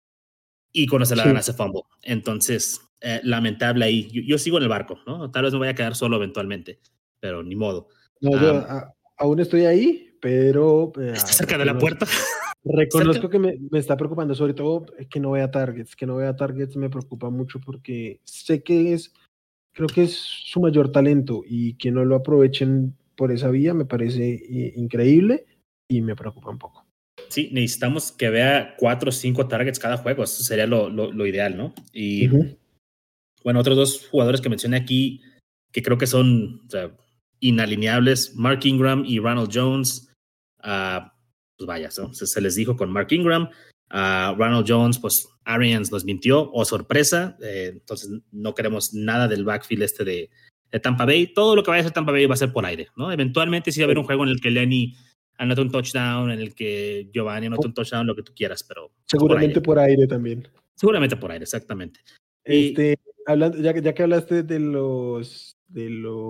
y cuando se la sí. dan a ese fumble. Entonces, eh, lamentable ahí. Yo, yo sigo en el barco, ¿no? Tal vez me vaya a quedar solo eventualmente. Pero ni modo. No, yo um, a, aún estoy ahí, pero... Eh, ¿Está cerca de la puerta? Reconozco que me, me está preocupando, sobre todo que no vea targets. Que no vea targets me preocupa mucho porque sé que es, creo que es su mayor talento y que no lo aprovechen por esa vía me parece eh, increíble y me preocupa un poco. Sí, necesitamos que vea cuatro o cinco targets cada juego. Eso sería lo, lo, lo ideal, ¿no? Y uh-huh. bueno, otros dos jugadores que mencioné aquí que creo que son... O sea, inalineables, Mark Ingram y Ronald Jones, uh, pues vaya, ¿no? se, se les dijo con Mark Ingram, uh, Ronald Jones, pues Arians nos mintió, o oh, sorpresa, eh, entonces no queremos nada del backfield este de, de Tampa Bay, todo lo que vaya a ser Tampa Bay va a ser por aire, ¿no? Eventualmente sí va a haber un juego en el que Lenny anota un touchdown, en el que Giovanni anota un touchdown, lo que tú quieras, pero... Seguramente por aire, por aire también. Seguramente por aire, exactamente. Este, y, hablando, ya, ya que hablaste de los... de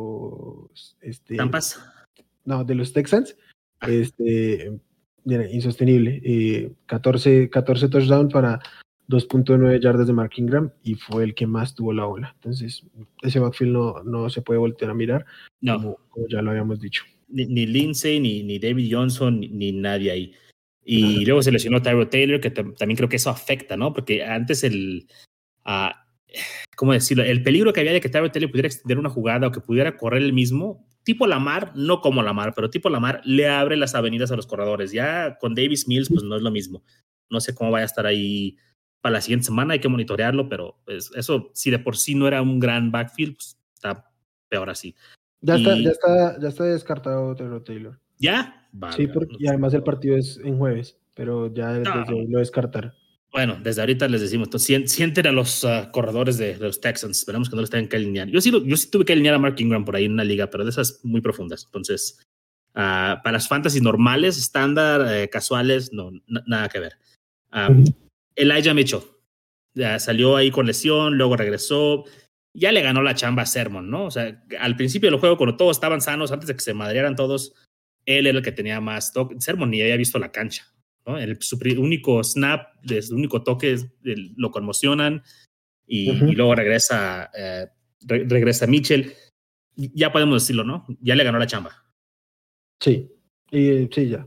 los este, ¿Tampas? No, de los Texans. Ah. Este, mira, insostenible. Eh, catorce, catorce touchdowns para dos punto nueve yardas de Mark Ingram y fue el que más tuvo la bola. Entonces, ese backfield no, no se puede voltear a mirar, no. como, como ya lo habíamos dicho. Ni, ni Lindsay, ni, ni David Johnson, ni, ni nadie ahí. Y Nada. Luego se lesionó Tyrod Taylor, que t- también creo que eso afecta, ¿no? Porque antes el... Uh, ¿cómo decirlo? El peligro que había de que Tyrod Taylor pudiera extender una jugada o que pudiera correr el mismo, tipo Lamar, no como Lamar, pero tipo Lamar le abre las avenidas a los corredores. Ya con Davis Mills, pues no es lo mismo. No sé cómo vaya a estar ahí para la siguiente semana, hay que monitorearlo, pero pues, eso, si de por sí no era un gran backfield, pues está peor así. Ya, y... está, ya, está, ya está descartado Tyrod Taylor. ¿Ya? Vale, sí, porque, no, y además el partido es en jueves, pero ya desde no. ahí lo descartaron. Bueno, desde ahorita les decimos, entonces, sienten a los uh, corredores de, de los Texans, esperamos que no les tengan que alinear. Yo sí, lo, yo sí tuve que alinear a Mark Ingram por ahí en una liga, pero de esas muy profundas. Entonces, uh, para las fantasy normales, estándar, eh, casuales, no, n- nada que ver. Uh, uh-huh. Elijah Mitchell, ya salió ahí con lesión, luego regresó, ya le ganó la chamba a Sermon, ¿no? O sea, al principio del juego, cuando todos estaban sanos, antes de que se madrearan todos, él era el que tenía más toque. Sermon ni había visto la cancha. ¿no? El, su único snap, su único toque el, lo conmocionan y, uh-huh. y luego regresa, eh, re, regresa Mitchell. Ya podemos decirlo, ¿no? Ya le ganó la chamba. Sí, y, sí, ya.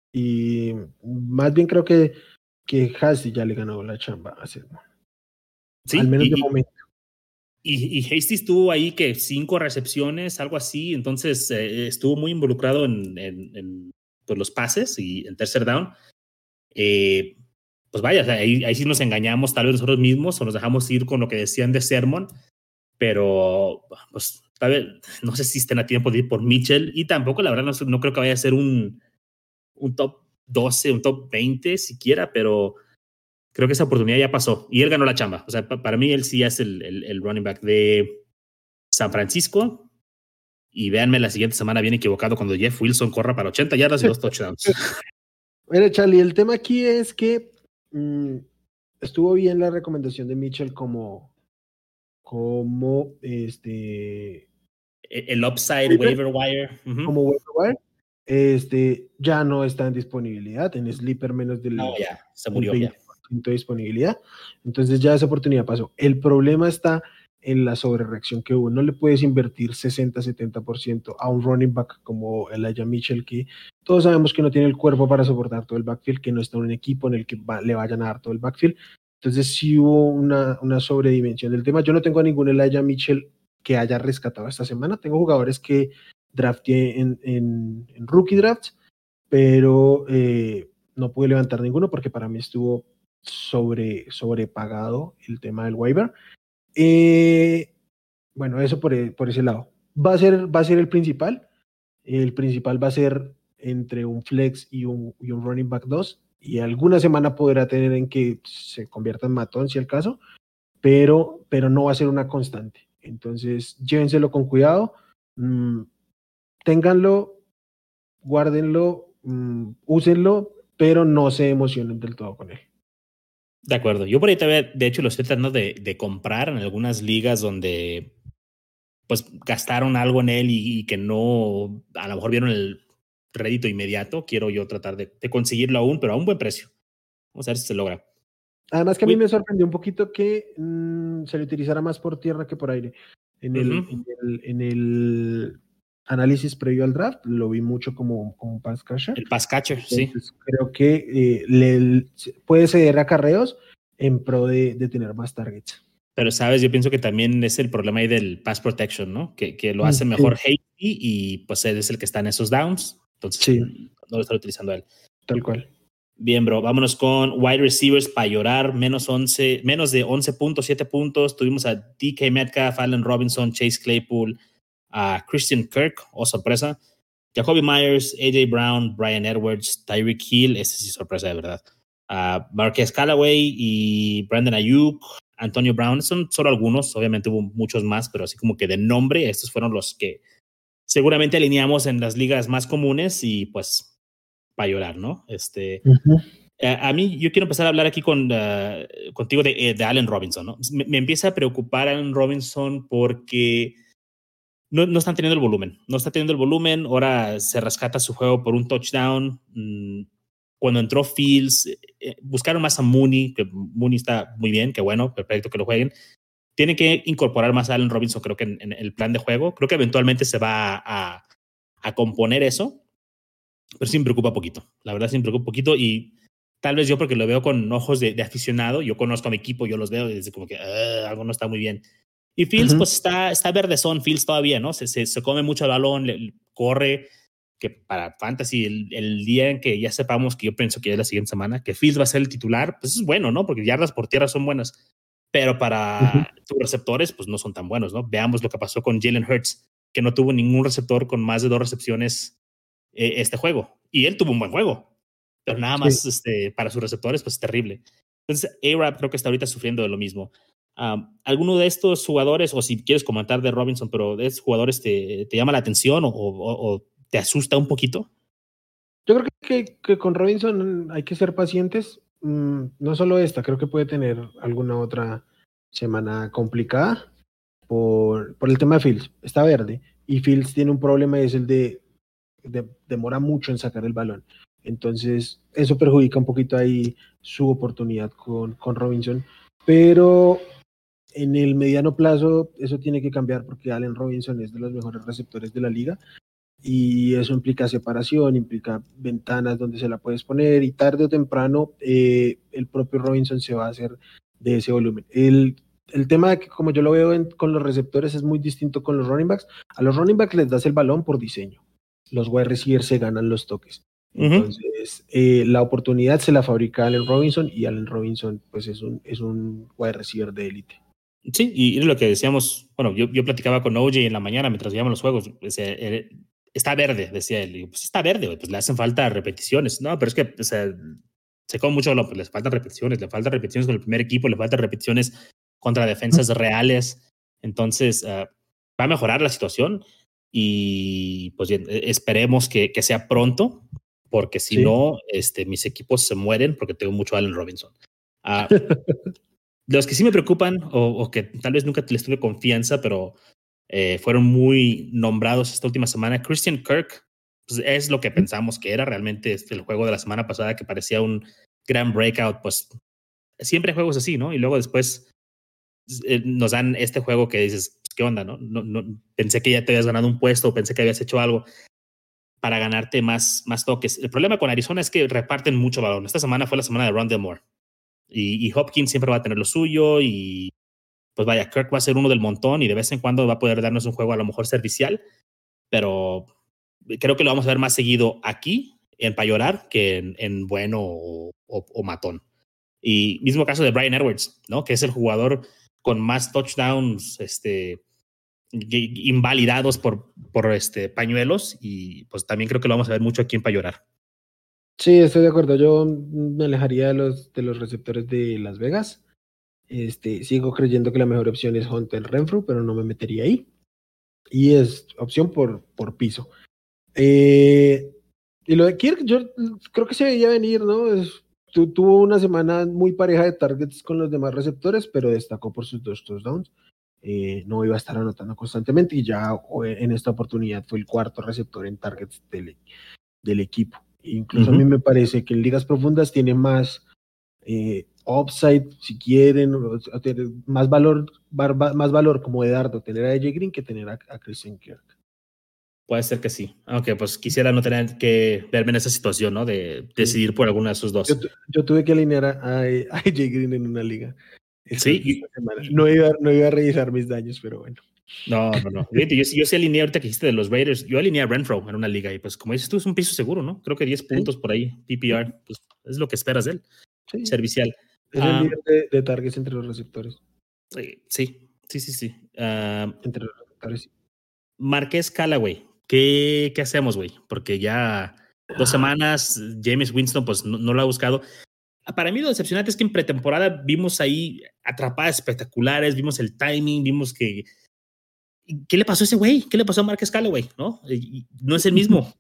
Y más bien creo que, que Hasty ya le ganó la chamba a Sermon. Sí, al menos y, de momento. Y, y Hasty estuvo ahí que cinco recepciones, algo así, entonces eh, estuvo muy involucrado en, en, en pues, los pases y en tercer down. Eh, pues vaya, o sea, ahí, ahí sí nos engañamos tal vez nosotros mismos o nos dejamos ir con lo que decían de Sermon, pero pues tal vez no sé si estén a tiempo de ir por Mitchell y tampoco la verdad no, no creo que vaya a ser un, un top doce, un top veinte siquiera, pero creo que esa oportunidad ya pasó y él ganó la chamba. O sea, pa- para mí él sí es el, el, el running back de San Francisco. Y véanme, la siguiente semana bien equivocado cuando Jeff Wilson corra para ochenta yardas y dos touchdowns. Mira, Charlie, el tema aquí es que mmm, estuvo bien la recomendación de Mitchell como, como este El upside waiver wire. Uh-huh. Como waiver wire, este, ya no está en disponibilidad, en Sleeper menos del, no, ya, se del murió, veinte por ciento de disponibilidad. Entonces ya esa oportunidad pasó. El problema está en la sobrereacción que hubo. No le puedes invertir sesenta, setenta por ciento a un running back como Elijah Mitchell, que todos sabemos que no tiene el cuerpo para soportar todo el backfield, que no está en un equipo en el que va, le vayan a dar todo el backfield. Entonces sí hubo una, una sobredimensión del tema. Yo no tengo a ningún Elijah Mitchell que haya rescatado esta semana. Tengo jugadores que drafté en, en, en rookie drafts, pero eh, no pude levantar ninguno porque para mí estuvo sobre, sobrepagado el tema del waiver. Eh, bueno, eso por, por ese lado. Va a ser, va a ser el principal. El principal va a ser entre un flex y un, y un running back dos, y alguna semana podrá tener en que se convierta en matón si el caso, pero, pero no va a ser una constante. Entonces, llévenselo con cuidado. Mm, ténganlo, guárdenlo, um, úsenlo, pero no se emocionen del todo con él. De acuerdo. Yo por ahí todavía, de hecho, lo estoy tratando de, de comprar en algunas ligas donde pues gastaron algo en él y, y que no, a lo mejor vieron el rédito inmediato. Quiero yo tratar de, de conseguirlo aún, pero a un buen precio. Vamos a ver si se logra. Además que a mí me sorprendió un poquito que mmm, se le utilizara más por tierra que por aire. En el, uh-huh. en el, en el análisis previo al draft lo vi mucho como, como un pass catcher. El pass catcher, Entonces, sí. Creo que eh, le, puede ceder acarreos en pro de, de tener más targets. Pero, ¿sabes? Yo pienso que también es el problema ahí del pass protection, ¿no? Que, que lo hace mejor sí. Hasty y pues él es el que está en esos downs. Entonces, sí. no lo está utilizando él. Tal cual. Bien, bro. Vámonos con wide receivers para llorar. Menos, once, menos de once puntos, siete puntos. Tuvimos a D K Metcalf, Allen Robinson, Chase Claypool, a Christian Kirk, oh sorpresa. Jacoby Myers, A J Brown, Brian Edwards, Tyreek Hill, ese sí sorpresa de verdad. Uh, Marquez Callaway y Brandon Ayuk, Antonio Brown, son solo algunos, obviamente hubo muchos más, pero así como que de nombre, estos fueron los que seguramente alineamos en las ligas más comunes y pues para llorar, ¿no? Este, uh-huh. eh, a mí, yo quiero empezar a hablar aquí con, uh, contigo de, de Allen Robinson, ¿no? Me, me empieza a preocupar Allen Robinson porque no, no están teniendo el volumen, no está teniendo el volumen, ahora se rescata su juego por un touchdown. Mm, cuando entró Fields, eh, buscaron más a Mooney, que Mooney está muy bien, que bueno, perfecto que lo jueguen. Tienen que incorporar más a Allen Robinson, creo que en, en el plan de juego. Creo que eventualmente se va a, a, a componer eso, pero sí me preocupa poquito. La verdad sí me preocupa poquito y tal vez yo porque lo veo con ojos de, de aficionado, yo conozco a mi equipo, yo los veo y desde como que uh, algo no está muy bien. Y Fields uh-huh. pues está, está verdezón, Fields todavía, ¿no? Se, se, se come mucho el balón, le, corre, que para Fantasy el, el día en que ya sepamos, que yo pienso que es la siguiente semana, que Fields va a ser el titular, pues es bueno, ¿no? Porque yardas por tierra son buenas, pero para uh-huh. tus receptores pues no son tan buenos, ¿no? Veamos lo que pasó con Jalen Hurts, que no tuvo ningún receptor con más de dos recepciones eh, este juego, y él tuvo un buen juego, pero nada más sí. este, para sus receptores pues es terrible. Entonces A-Rap creo que está ahorita sufriendo de lo mismo. Um, ¿Alguno de estos jugadores, o si quieres comentar de Robinson, pero de estos jugadores te, te llama la atención o, o, o te asusta un poquito? Yo creo que, que con Robinson hay que ser pacientes. Mm, no solo esta, creo que puede tener alguna otra semana complicada por, por el tema de Fields. Está verde y Fields tiene un problema y es el de, de demora mucho en sacar el balón. Entonces eso perjudica un poquito ahí su oportunidad con, con Robinson. Pero en el mediano plazo eso tiene que cambiar porque Allen Robinson es de los mejores receptores de la liga. Y eso implica separación, implica ventanas donde se la puedes poner y tarde o temprano eh, el propio Robinson se va a hacer de ese volumen. El, el tema de que como yo lo veo en, con los receptores es muy distinto con los running backs. A los running backs les das el balón por diseño. Los wide receivers se ganan los toques. Entonces uh-huh. eh, la oportunidad se la fabrica Allen Robinson y Allen Robinson pues es un, es un wide receiver de élite. Sí, y es lo que decíamos, bueno, yo, yo platicaba con O J en la mañana mientras veíamos los juegos, o sea, él, está verde, decía él. Y pues está verde, pues le hacen falta repeticiones. No, pero es que o sea, sé como mucho, pues, les faltan repeticiones, le faltan repeticiones con el primer equipo, le faltan repeticiones contra defensas reales. Entonces, uh, va a mejorar la situación y pues bien, esperemos que, que sea pronto, porque si sí. no, este, mis equipos se mueren porque tengo mucho Allen Robinson. Uh, los que sí me preocupan o, o que tal vez nunca les tuve confianza, pero eh, fueron muy nombrados esta última semana, Christian Kirk, pues es lo que pensamos que era realmente este, el juego de la semana pasada, que parecía un gran breakout. Pues siempre hay juegos así, ¿no? Y luego después eh, nos dan este juego que dices, ¿qué onda, no? No, no? Pensé que ya te habías ganado un puesto, pensé que habías hecho algo para ganarte más, más toques. El problema con Arizona es que reparten mucho balón. Esta semana fue la semana de Rondale Moore y, y Hopkins siempre va a tener lo suyo y pues vaya, Kirk va a ser uno del montón y de vez en cuando va a poder darnos un juego a lo mejor servicial, pero creo que lo vamos a ver más seguido aquí en para llorar que en, en bueno o, o, o matón. Y mismo caso de Bryan Edwards, ¿no? Que es el jugador con más touchdowns este, invalidados por, por este, pañuelos, y pues también creo que lo vamos a ver mucho aquí en para llorar. Sí, estoy de acuerdo. Yo me alejaría de los, de los receptores de Las Vegas. Este, sigo creyendo que la mejor opción es Hunter Renfrew, pero no me metería ahí. Y es opción por, por piso. Eh, y lo de Kirk, yo creo que se veía venir, ¿no? Es, tu, tuvo una semana muy pareja de targets con los demás receptores, pero destacó por sus dos touchdowns. Eh, no iba a estar anotando constantemente y ya en esta oportunidad fue el cuarto receptor en targets del, del equipo. Incluso uh-huh. a mí me parece que en ligas profundas tiene más eh, upside, si quieren, más valor, más valor como de dardo tener a A J Green que tener a, a Christian Kirk. Puede ser que sí, aunque pues quisiera no tener que verme en esa situación, ¿no? De decidir sí. por alguna de esos dos. Yo, yo tuve que alinear a, a, a A J Green en una liga. Esta, sí. Esta semana. No, iba, no iba a revisar mis daños, pero bueno. No, no, no. Yo, yo, yo sí alineé ahorita que dijiste de los Raiders. Yo alineé a Renfro en una liga y pues como dices tú, es un piso seguro, ¿no? Creo que diez ¿Sí? puntos por ahí, P P R. Pues es lo que esperas de él. Sí. Servicial. Es el um, líder de, de targets entre los receptores. Sí, sí, sí, sí. sí. Uh, entre los receptores, sí. Marquez Callaway. ¿Qué, ¿Qué hacemos, güey? Porque ya dos semanas, James Winston pues no, no lo ha buscado. Para mí lo decepcionante es que en pretemporada vimos ahí atrapadas espectaculares, vimos el timing, vimos que... ¿Qué le pasó a ese güey? ¿Qué le pasó a Marquez Callaway? ¿No? No es el mismo.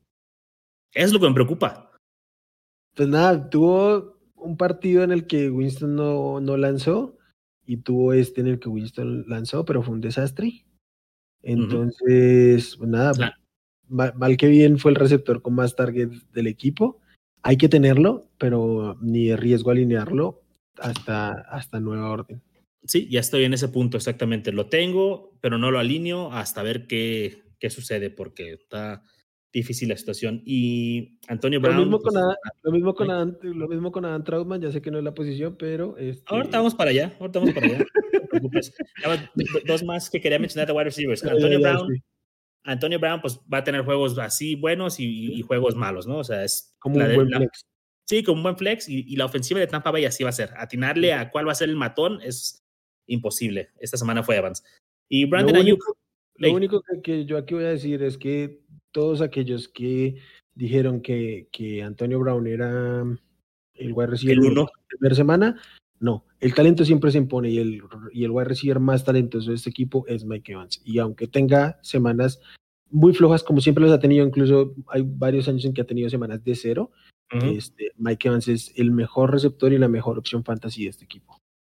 Eso es lo que me preocupa. Pues nada, tuvo un partido en el que Winston no, no lanzó y tuvo este en el que Winston lanzó, pero fue un desastre. Entonces, uh-huh. pues nada, claro. mal, mal que bien fue el receptor con más targets del equipo. Hay que tenerlo, pero ni de riesgo alinearlo hasta, hasta nueva orden. Sí, ya estoy en ese punto exactamente. Lo tengo, pero no lo alineo hasta ver qué, qué sucede, porque está difícil la situación. Y Antonio Brown... Lo mismo pues, con, Adam, lo mismo con, Adam, lo mismo con Adam Trautman, ya sé que no es la posición, pero... Este... Ahorita vamos para allá, ahorita vamos para allá. No te preocupes. Dos más que quería mencionar de wide receivers. Antonio Brown... Antonio Brown pues va a tener juegos así buenos y, y juegos malos, ¿no? O sea, es como un buen la, flex. Sí, como un buen flex y, y la ofensiva de Tampa Bay así va a ser. Atinarle sí. a cuál va a ser el matón es imposible. Esta semana fue Evans. Y Brandon lo Ayuk. Único, lo hey. único que, que yo aquí voy a decir es que todos aquellos que dijeron que, que Antonio Brown era el wide receiver el uno. la primera semana, no. El talento siempre se impone y el, y el wide receiver más talentoso de este equipo es Mike Evans. Y aunque tenga semanas muy flojas, como siempre los ha tenido, incluso hay varios años en que ha tenido semanas de cero, uh-huh. este, Mike Evans es el mejor receptor y la mejor opción fantasy de este equipo.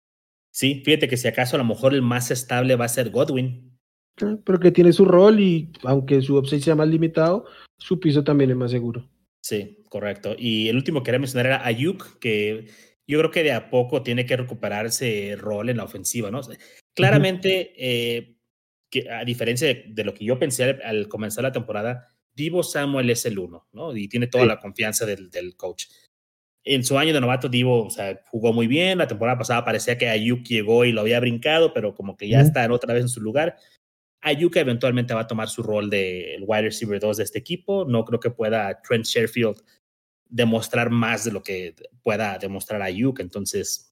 Sí, fíjate que si acaso a lo mejor el más estable va a ser Godwin. Pero que tiene su rol y aunque su upside sea más limitado, su piso también es más seguro. Sí, correcto. Y el último que quería mencionar era Ayuk, que yo creo que de a poco tiene que recuperar ese rol en la ofensiva, ¿no? Claramente, uh-huh. eh, que a diferencia de, de lo que yo pensé al, al comenzar la temporada, Deebo Samuel es el uno, ¿no? Y tiene toda sí. la confianza del, del coach. En su año de novato, Deebo, o sea, jugó muy bien. La temporada pasada parecía que Ayuk llegó y lo había brincado, pero como que ya uh-huh. está otra vez en su lugar. Ayuk eventualmente va a tomar su rol de el wide receiver dos de este equipo. No creo que pueda Trent Sherfield demostrar más de lo que pueda demostrar Ayuk. Entonces,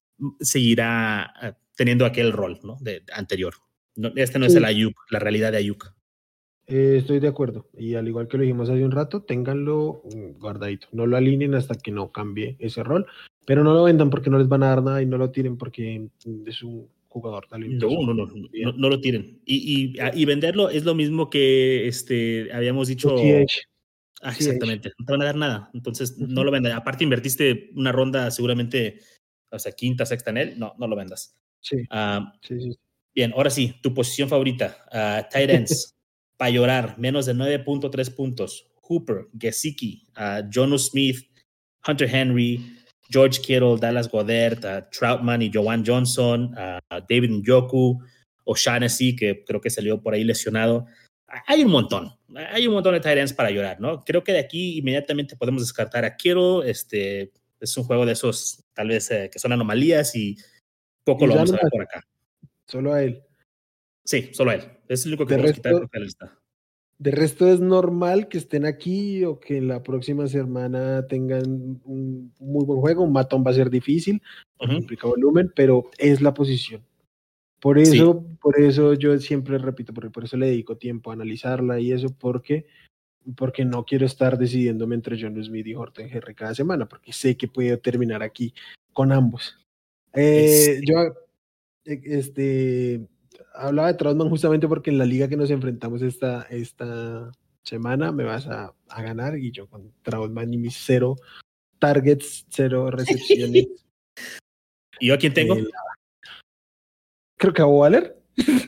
seguirá teniendo aquel rol, ¿no? De, de anterior. No, este no sí. es el Ayuk, la realidad de Ayuk. Eh, estoy de acuerdo. Y al igual que lo dijimos hace un rato, ténganlo guardadito. No lo alineen hasta que no cambie ese rol. Pero no lo vendan porque no les van a dar nada y no lo tiren porque es un jugador No, talentoso. no, no, no, no lo tiren. Y, y, y venderlo es lo mismo que este, habíamos dicho. C H. Ah, C H. exactamente. No te van a dar nada. Entonces, no Uh-huh. lo vendas. Aparte, invertiste una ronda seguramente, o sea, quinta, sexta en él. No, no lo vendas. Sí. Uh, Sí, sí. Bien, ahora sí, tu posición favorita. Uh, tight ends. Para llorar, menos de nueve punto tres puntos. Hooper, Gesicki, uh, Jonu Smith, Hunter Henry, George Kittle, Dallas Goedert, uh, Troutman y Joan Johnson, uh, David Njoku, O'Shaughnessy, que creo que salió por ahí lesionado. Hay un montón, hay un montón de tight ends para llorar, ¿no? Creo que de aquí inmediatamente podemos descartar a Kittle. Este es un juego de esos, tal vez, eh, que son anomalías y poco Y lo ya vamos a ver nomás, por acá. solo a él. Sí, solo él. Es el único que De podemos quitar resto, de la lista. de resto es normal que estén aquí o que la próxima semana tengan un muy buen juego. Un matón va a ser difícil porque Uh-huh. implica volumen, pero es la posición. Por eso, sí. por eso yo siempre repito, por, por eso le dedico tiempo a analizarla y eso, porque, porque no quiero estar decidiéndome entre John Smith y Horton Henry cada semana, porque sé que puedo terminar aquí con ambos. Eh, yo este, hablaba de Trautman justamente porque en la liga que nos enfrentamos esta, esta semana me vas a, a ganar y yo con Trautman y mis cero targets, cero recepciones. ¿Y yo a quién tengo? Eh, creo que a Waller.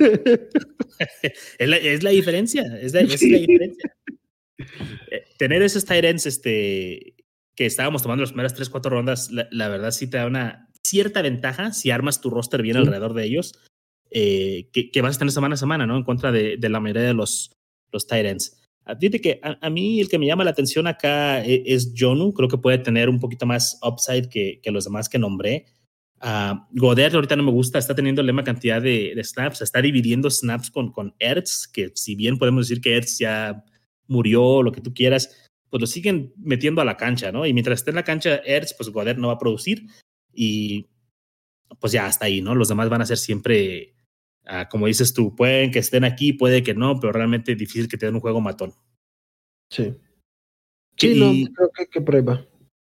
es, la, es la diferencia, es la, es sí. la diferencia. Eh, tener esos tight ends este, que estábamos tomando las primeras tres, cuatro rondas, la, la verdad sí te da una cierta ventaja si armas tu roster bien sí. alrededor de ellos, eh, que, que vas a tener semana a semana, ¿no? En contra de, de la mayoría de los, los tight ends. Fíjate que a, a mí el que me llama la atención acá es, es Jonu. Creo que puede tener un poquito más upside que, que los demás que nombré. Uh, Goedert ahorita no me gusta, está teniendo la misma cantidad de, de snaps, está dividiendo snaps con, con Ertz, que si bien podemos decir que Ertz ya murió, lo que tú quieras, pues lo siguen metiendo a la cancha, ¿no? Y mientras esté en la cancha Ertz, pues Goedert no va a producir y pues ya hasta ahí, ¿no? Los demás van a ser siempre, uh, como dices tú, pueden que estén aquí, puede que no, pero realmente es difícil que te den un juego matón. Sí. Sí, y, no, creo que, que prueba.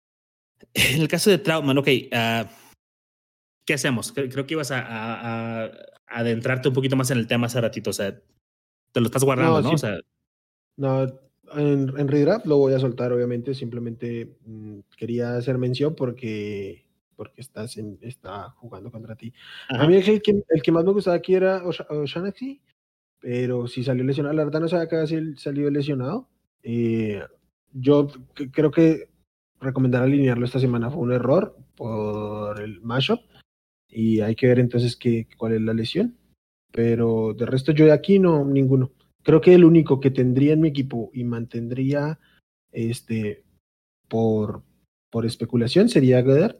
En el caso de Trautman, ok, uh, ¿qué hacemos? Creo que ibas a, a, a adentrarte un poquito más en el tema hace ratito, o sea, te lo estás guardando, ¿no? No, sí. O sea, no en, en redraft lo voy a soltar, obviamente, simplemente mmm, quería hacer mención porque, porque estás en, está jugando contra ti. Ajá. A mí el que, el que más me gustaba aquí era O'Shaughnessy, pero si salió lesionado, la verdad no sabía que había salido lesionado. Eh, yo creo que recomendar alinearlo esta semana fue un error por el mashup. Y hay que ver entonces qué, cuál es la lesión. Pero de resto yo de aquí no, ninguno. Creo que el único que tendría en mi equipo y mantendría este por, por especulación sería Goedert,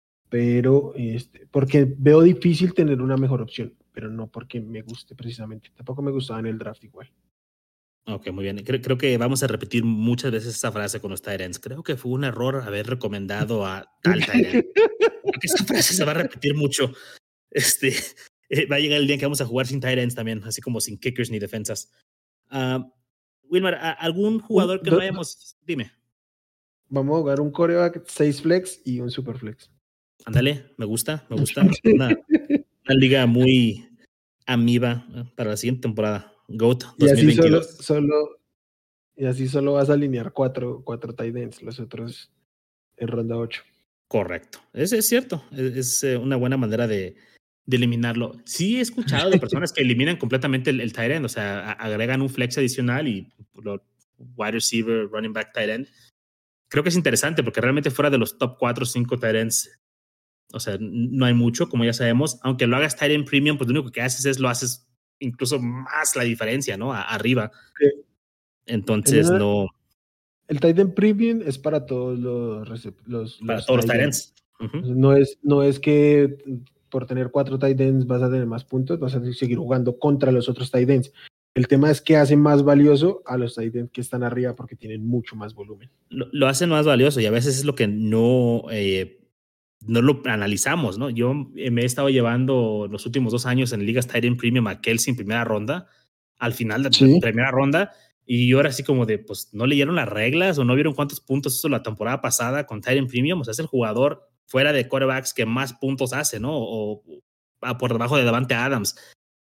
pero este, porque veo difícil tener una mejor opción, pero no porque me guste precisamente. Tampoco me gustaba en el draft igual. Ok, muy bien. Creo, creo que vamos a repetir muchas veces esa frase con los tight ends. Creo que fue un error haber recomendado a tal tight end. Porque esa frase se va a repetir mucho. Este, eh, va a llegar el día en que vamos a jugar sin tight ends también, así como sin kickers ni defensas. Uh, Wilmar, ¿algún jugador que no hayamos? Dime. Vamos a jugar un coreback, seis flex y un super flex. Ándale, me gusta, me gusta. Una, una liga muy amiba para la siguiente temporada. GOAT dos mil veintidós. Y así solo, solo, y así solo vas a alinear cuatro, cuatro tight ends, los otros en ronda ocho. Correcto. Es, es cierto. Es, es una buena manera de, de eliminarlo. Sí he escuchado de personas que eliminan completamente el, el tight end, o sea, a, agregan un flex adicional y lo, wide receiver, running back, tight end. Creo que es interesante porque realmente fuera de los top cuatro o cinco tight ends, o sea, no hay mucho, como ya sabemos. Aunque lo hagas tight end premium, pues lo único que haces es lo haces incluso más la diferencia, ¿no? A, arriba. Sí. Entonces, el, no... El tight end premium es para todos los... los para los todos los tight ends. Uh-huh. No, es, no es que por tener cuatro tight ends vas a tener más puntos, vas a seguir jugando contra los otros tight ends. El tema es que hace más valioso a los tight ends que están arriba porque tienen mucho más volumen. Lo, lo hacen más valioso y a veces es lo que no, eh, no lo analizamos, ¿no? Yo me he estado llevando los últimos dos años en ligas tight end premium a Kelsey en primera ronda. Al final de la ¿Sí? primera ronda Y ahora sí como de, pues, ¿no leyeron las reglas o no vieron cuántos puntos hizo la temporada pasada con Tight End Premium? O sea, es el jugador fuera de quarterbacks que más puntos hace, ¿no? O, o por debajo de Davante Adams.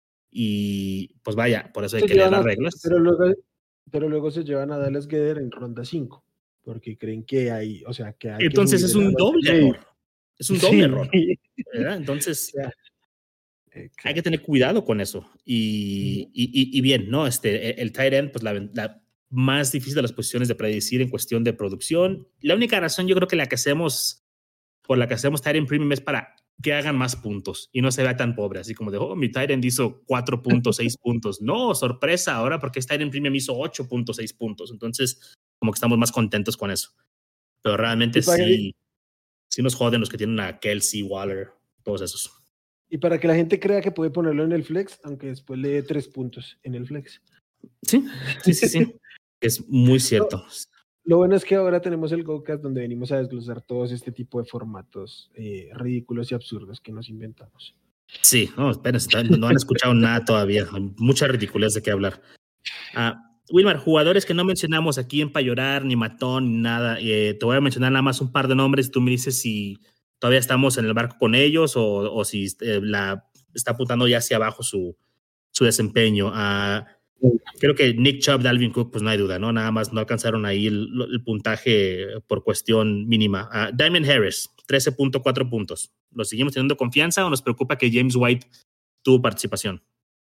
Y pues vaya, por eso hay Se que leer llevan las a, reglas. pero, luego, pero luego se llevan a Dallas Goedert en ronda cinco, porque creen que hay, o sea, que hay que Entonces subir es esa un ronda y doble medio. error. Es un doble Sí. error. ¿Verdad? Entonces, Claro. hay que tener cuidado con eso. Y, y, y, y bien, ¿no? Este, el tight end, pues la, la más difícil de las posiciones de predecir en cuestión de producción. La única razón, yo creo que la que hacemos, por la que hacemos tight end premium es para que hagan más puntos y no se vea tan pobre, así como de, oh, mi tight end hizo cuatro puntos, seis puntos. No, sorpresa, ahora porque este tight end premium hizo ocho puntos, seis puntos. Entonces, como que estamos más contentos con eso. Pero realmente sí, sí nos joden los que tienen a Kelsey, Waller, todos esos. Y para que la gente crea que puede ponerlo en el flex, aunque después le dé tres puntos en el flex. Sí, sí, sí, sí. Es muy cierto. Lo, lo bueno es que ahora tenemos el GoCast donde venimos a desglosar todos este tipo de formatos eh, ridículos y absurdos que nos inventamos. Sí, no, espérense, no han escuchado nada todavía. Hay mucha ridiculez de qué hablar. Uh, Wilmar, jugadores que no mencionamos aquí en Payorar, ni Matón, ni nada. Eh, te voy a mencionar nada más un par de nombres y tú me dices si todavía estamos en el barco con ellos o, o si eh, la, está apuntando ya hacia abajo su, su desempeño. Uh, creo que Nick Chubb, Dalvin Cook, pues no hay duda, ¿no? Nada más no alcanzaron ahí el, el puntaje por cuestión mínima. Uh, Damien Harris, trece punto cuatro puntos. ¿Lo seguimos teniendo confianza o nos preocupa que James White tuvo participación?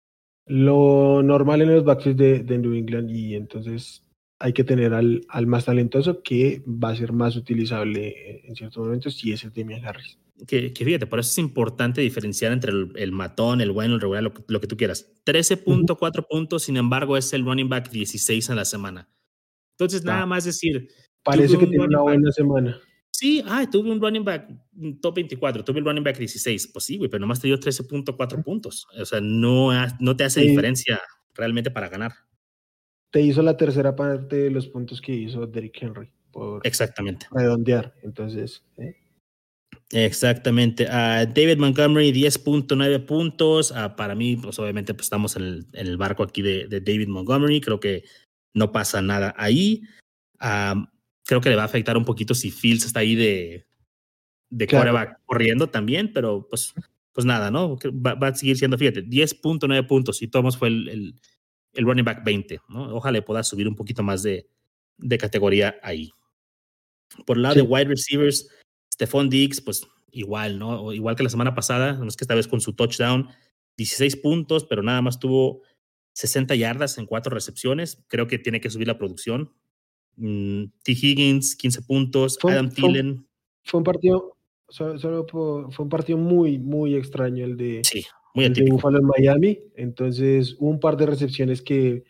Lo normal en los backfields de, de New England, y entonces hay que tener al, al más talentoso que va a ser más utilizable en ciertos momentos, y ese es Damien Harris. Que, que fíjate, por eso es importante diferenciar entre el, el matón, el bueno, el regular, lo, lo que tú quieras. trece punto cuatro uh-huh. puntos, sin embargo, es el running back dieciséis en la semana. Entonces, nada ah, más decir... Parece que tiene una buena back, semana. Sí, ah, tuve un running back top veinticuatro, tuve el running back dieciséis. Pues sí, güey, pero nomás te dio trece punto cuatro uh-huh. puntos. O sea, no, no te hace sí. diferencia realmente para ganar. Te hizo la tercera parte de los puntos que hizo Derrick Henry. Por Exactamente. Redondear, entonces... ¿eh? Exactamente. Uh, David Montgomery, diez punto nueve puntos. Uh, para mí, pues obviamente pues, estamos en el, en el barco aquí de, de David Montgomery. Creo que no pasa nada ahí. Uh, creo que le va a afectar un poquito si Fields está ahí de, de claro. quarterback corriendo también, pero pues, pues nada, ¿no? Va, va a seguir siendo, fíjate, diez punto nueve puntos y Thomas fue el, el, el running back veinte, ¿no? Ojalá pueda subir un poquito más de, de categoría ahí. Por el lado sí. de wide receivers, Stephon Diggs, pues igual, ¿no? Igual que la semana pasada, no es que esta vez con su touchdown, dieciséis puntos, pero nada más tuvo sesenta yardas en cuatro recepciones. Creo que tiene que subir la producción. Mm, T. Higgins, quince puntos. Fue, Adam fue, Thielen. Fue un partido, solo, solo por, fue un partido muy, muy extraño el de, sí, muy el de Buffalo en Miami. Entonces, hubo un par de recepciones que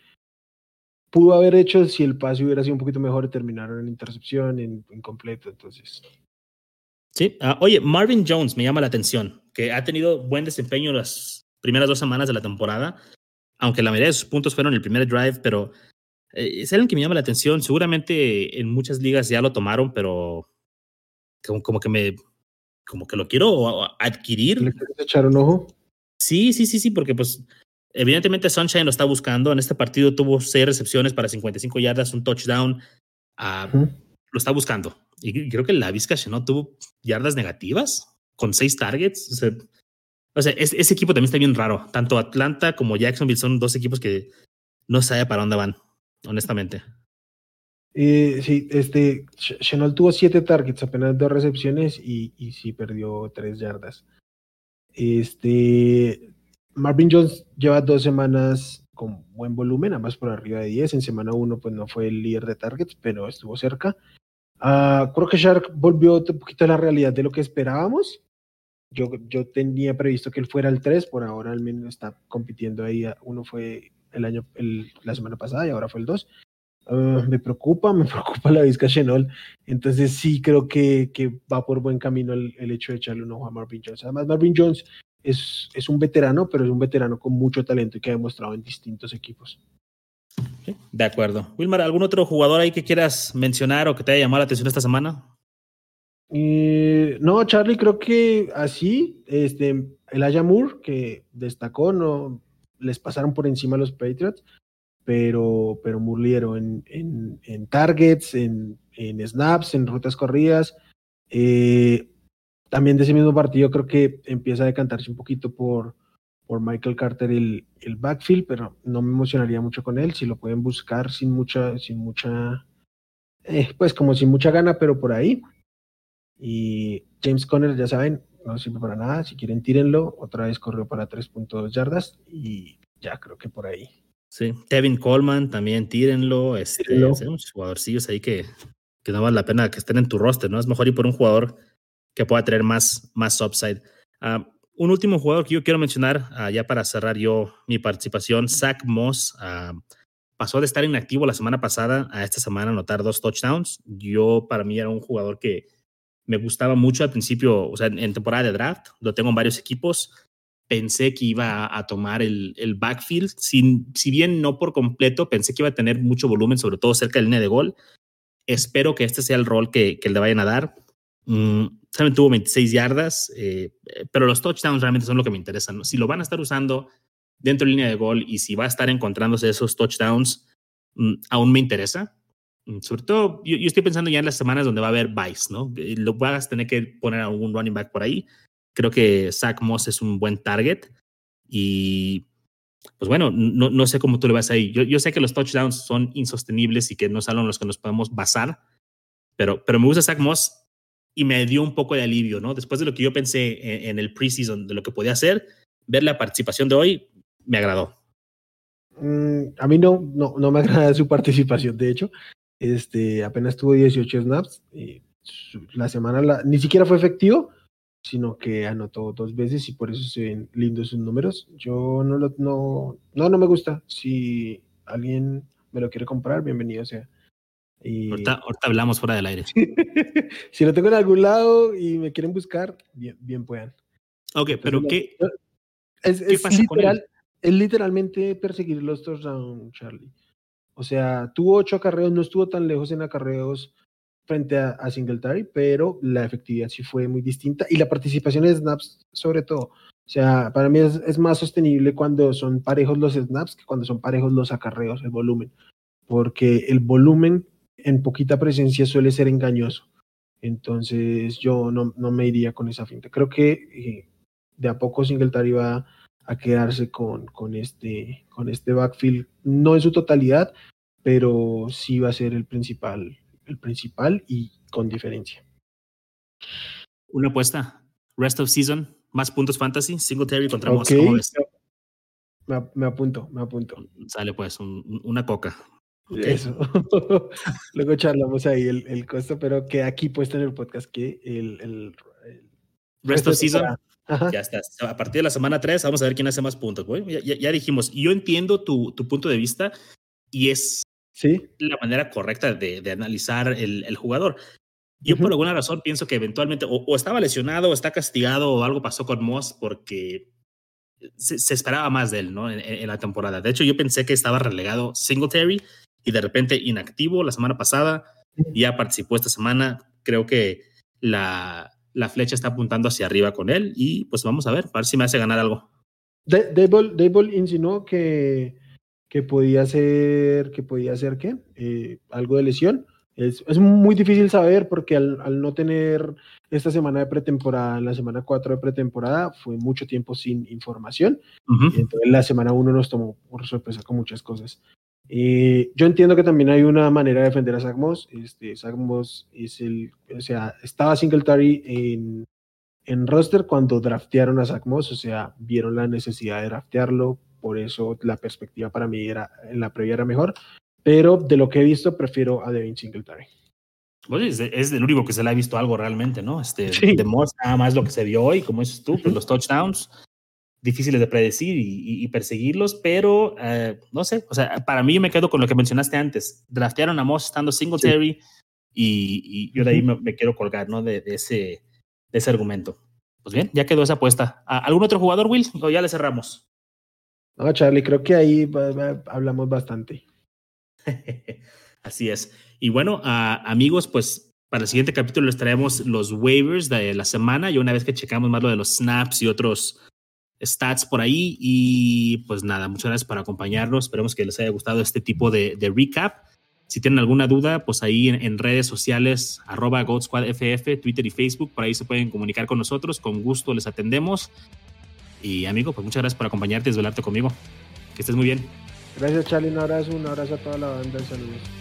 pudo haber hecho si el pase hubiera sido un poquito mejor y terminaron en intercepción, en incompleto. Entonces, sí. Uh, oye, Marvin Jones me llama la atención, que ha tenido buen desempeño las primeras dos semanas de la temporada, aunque la mayoría de sus puntos fueron el primer drive, pero eh, es alguien que me llama la atención. Seguramente en muchas ligas ya lo tomaron, pero como, como que me, como que lo quiero adquirir. ¿Le quieres echar un ojo? Sí, sí, sí, sí, porque pues evidentemente Sunshine lo está buscando. En este partido tuvo seis recepciones para cincuenta y cinco yardas, un touchdown. Uh, uh-huh. Lo está buscando. Y creo que la Vizca no tuvo yardas negativas con seis targets. O sea, o sea es, ese equipo también está bien raro. Tanto Atlanta como Jacksonville son dos equipos que no sabe para dónde van, honestamente. Eh, sí, este, Shenault tuvo siete targets, apenas dos recepciones y, y sí perdió tres yardas. Este, Marvin Jones lleva dos semanas con buen volumen, ambas por arriba de diez. En semana uno, pues no fue el líder de targets, pero estuvo cerca. Uh, creo que Shark volvió un poquito a la realidad de lo que esperábamos. Yo, yo tenía previsto que él fuera el tres, por ahora al menos está compitiendo ahí. Uno fue el año, el, la semana pasada y ahora fue el dos. Uh, me preocupa, me preocupa la Vizca Shenault. Entonces sí creo que, que va por buen camino el, el hecho de echarle un ojo a Marvin Jones. Además, Marvin Jones es, es un veterano, pero es un veterano con mucho talento y que ha demostrado en distintos equipos. Sí, de acuerdo. Wilmar, ¿algún otro jugador ahí que quieras mencionar o que te haya llamado la atención esta semana? Eh, no, Charlie, creo que así, este, Elijah Moore, que destacó, no les pasaron por encima a los Patriots. pero, pero Moore lideró en, en, en targets, en, en snaps, en rutas corridas. Eh, también de ese mismo partido creo que empieza a decantarse un poquito por, por Michael Carter el, el backfield, pero no me emocionaría mucho con él. Si lo pueden buscar sin mucha, sin mucha, eh, pues como sin mucha gana, pero por ahí. Y James Conner, ya saben, no sirve para nada. Si quieren, tírenlo. Otra vez corrió para tres punto dos yardas y ya creo que por ahí. Sí, Tevin Coleman también tírenlo. Este, Tírenlo. hay muchos jugadorcillos ahí que, que no vale la pena que estén en tu roster, ¿no? Es mejor ir por un jugador que pueda tener más, más upside. Uh, un último jugador que yo quiero mencionar, uh, ya para cerrar yo mi participación, Zach Moss. Uh, pasó de estar inactivo la semana pasada a esta semana anotar dos touchdowns. Yo, para mí, era un jugador que me gustaba mucho al principio, o sea, en, en temporada de draft, lo tengo en varios equipos. Pensé que iba a, a tomar el, el backfield, sin, si bien no por completo, pensé que iba a tener mucho volumen, sobre todo cerca de la línea de gol. Espero que este sea el rol que, que le vayan a dar. Mm, también tuvo veintiséis yardas, eh, pero los touchdowns realmente son lo que me interesan, ¿no? Si lo van a estar usando dentro de línea de gol y si va a estar encontrándose esos touchdowns, mm, aún me interesa. Mm, sobre todo, yo, yo estoy pensando ya en las semanas donde va a haber buys, ¿no? Lo vas a tener que poner a algún running back por ahí. Creo que Zach Moss es un buen target y pues bueno, no, no sé cómo tú le vas ahí. Yo, yo sé que los touchdowns son insostenibles y que no son los que nos podemos basar, pero, pero me gusta Zach Moss y me dio un poco de alivio, ¿no? Después de lo que yo pensé en, en el preseason, de lo que podía hacer, ver la participación de hoy me agradó. Mm, a mí no, no, no me agrada su participación, de hecho. Este, apenas tuvo dieciocho snaps. Y la semana la, ni siquiera fue efectivo, sino que anotó dos veces y por eso se ven lindos sus números. Yo no lo, no, no, no me gusta. Si alguien me lo quiere comprar, bienvenido sea. Y Ahorita, ahorita hablamos fuera del aire. si lo tengo en algún lado y me quieren buscar, bien, bien puedan. Ok, Entonces, pero no, ¿qué, es, ¿qué es pasa con literal, él? es literalmente perseguir los touchdowns, Charlie. O sea, tuvo ocho acarreos, no estuvo tan lejos en acarreos frente a, a Singletary, pero la efectividad sí fue muy distinta y la participación en snaps sobre todo. O sea, para mí es, es más sostenible cuando son parejos los snaps que cuando son parejos los acarreos, el volumen, porque el volumen en poquita presencia suele ser engañoso. Entonces yo no, no me iría con esa finta. Creo que eh, de a poco Singletary va a quedarse con, con, este, con este backfield, no en su totalidad, pero sí va a ser el principal, el principal y con diferencia. Una apuesta. Rest of season, más puntos fantasy, Singletary contra Moss. Ok, ¿Cómo ves? me, me apunto, me apunto. Sale pues un, una coca. ¿Ok? Eso. Luego charlamos ahí el, el costo, pero que aquí puesto en el podcast que el, el, el Rest resto of de season, temporada. Ajá. ya está. A partir de la semana tres vamos a ver quién hace más puntos. Bueno, ya, ya, ya dijimos, yo entiendo tu, tu punto de vista y es Sí. la manera correcta de, de analizar el, el jugador. Yo Uh-huh. por alguna razón pienso que eventualmente o, o estaba lesionado o está castigado o algo pasó con Moss porque se, se esperaba más de él, ¿no? En, en, la temporada. De hecho, yo pensé que estaba relegado Singletary y de repente inactivo la semana pasada. Ya participó esta semana. Creo que la, la flecha está apuntando hacia arriba con él y pues vamos a ver, a ver si me hace ganar algo. Dable, Dable insinuó que, que podía ser, que podía ser ¿qué? Eh, algo de lesión. Es, es muy difícil saber porque al, al no tener esta semana de pretemporada, la semana cuatro de pretemporada, fue mucho tiempo sin información. Uh-huh. Y entonces la semana uno nos tomó por sorpresa con muchas cosas. Eh, yo entiendo que también hay una manera de defender a Zach Moss. Este, Zach Moss es el, o sea, estaba Singletary en en roster cuando draftearon a Zach Moss, o sea, vieron la necesidad de draftearlo, por eso la perspectiva para mí era, en la previa era mejor, pero de lo que he visto prefiero a Devin Singletary. Oye, es, es el único que se le ha visto algo realmente, ¿no? Este, sí. de Moss nada más lo que se vio hoy, como dices tú, pues uh-huh. los touchdowns difíciles de predecir y, y, y perseguirlos, pero eh, no sé, o sea, para mí me quedo con lo que mencionaste antes, draftearon a Moss estando Singletary sí. y, y yo de ahí uh-huh. me, me quiero colgar, ¿no? De, de ese de ese argumento. Pues bien, ya quedó esa apuesta. ¿Algún otro jugador, Will? ¿O ya le cerramos? No, Charlie, creo que ahí va, va, hablamos bastante. Así es. Y bueno, uh, amigos, pues para el siguiente capítulo les traemos los waivers de la semana y una vez que checamos más lo de los snaps y otros stats por ahí. Y pues nada, muchas gracias por acompañarnos. Esperemos que les haya gustado este tipo de, de recap. Si tienen alguna duda, pues ahí en, en redes sociales, arroba Goat Squad F F, Twitter y Facebook, por ahí se pueden comunicar con nosotros. Con gusto les atendemos. Y amigo, pues muchas gracias por acompañarte y desvelarte conmigo. Que estés muy bien. Gracias, Charlie. Un abrazo, un abrazo a toda la banda. Saludos.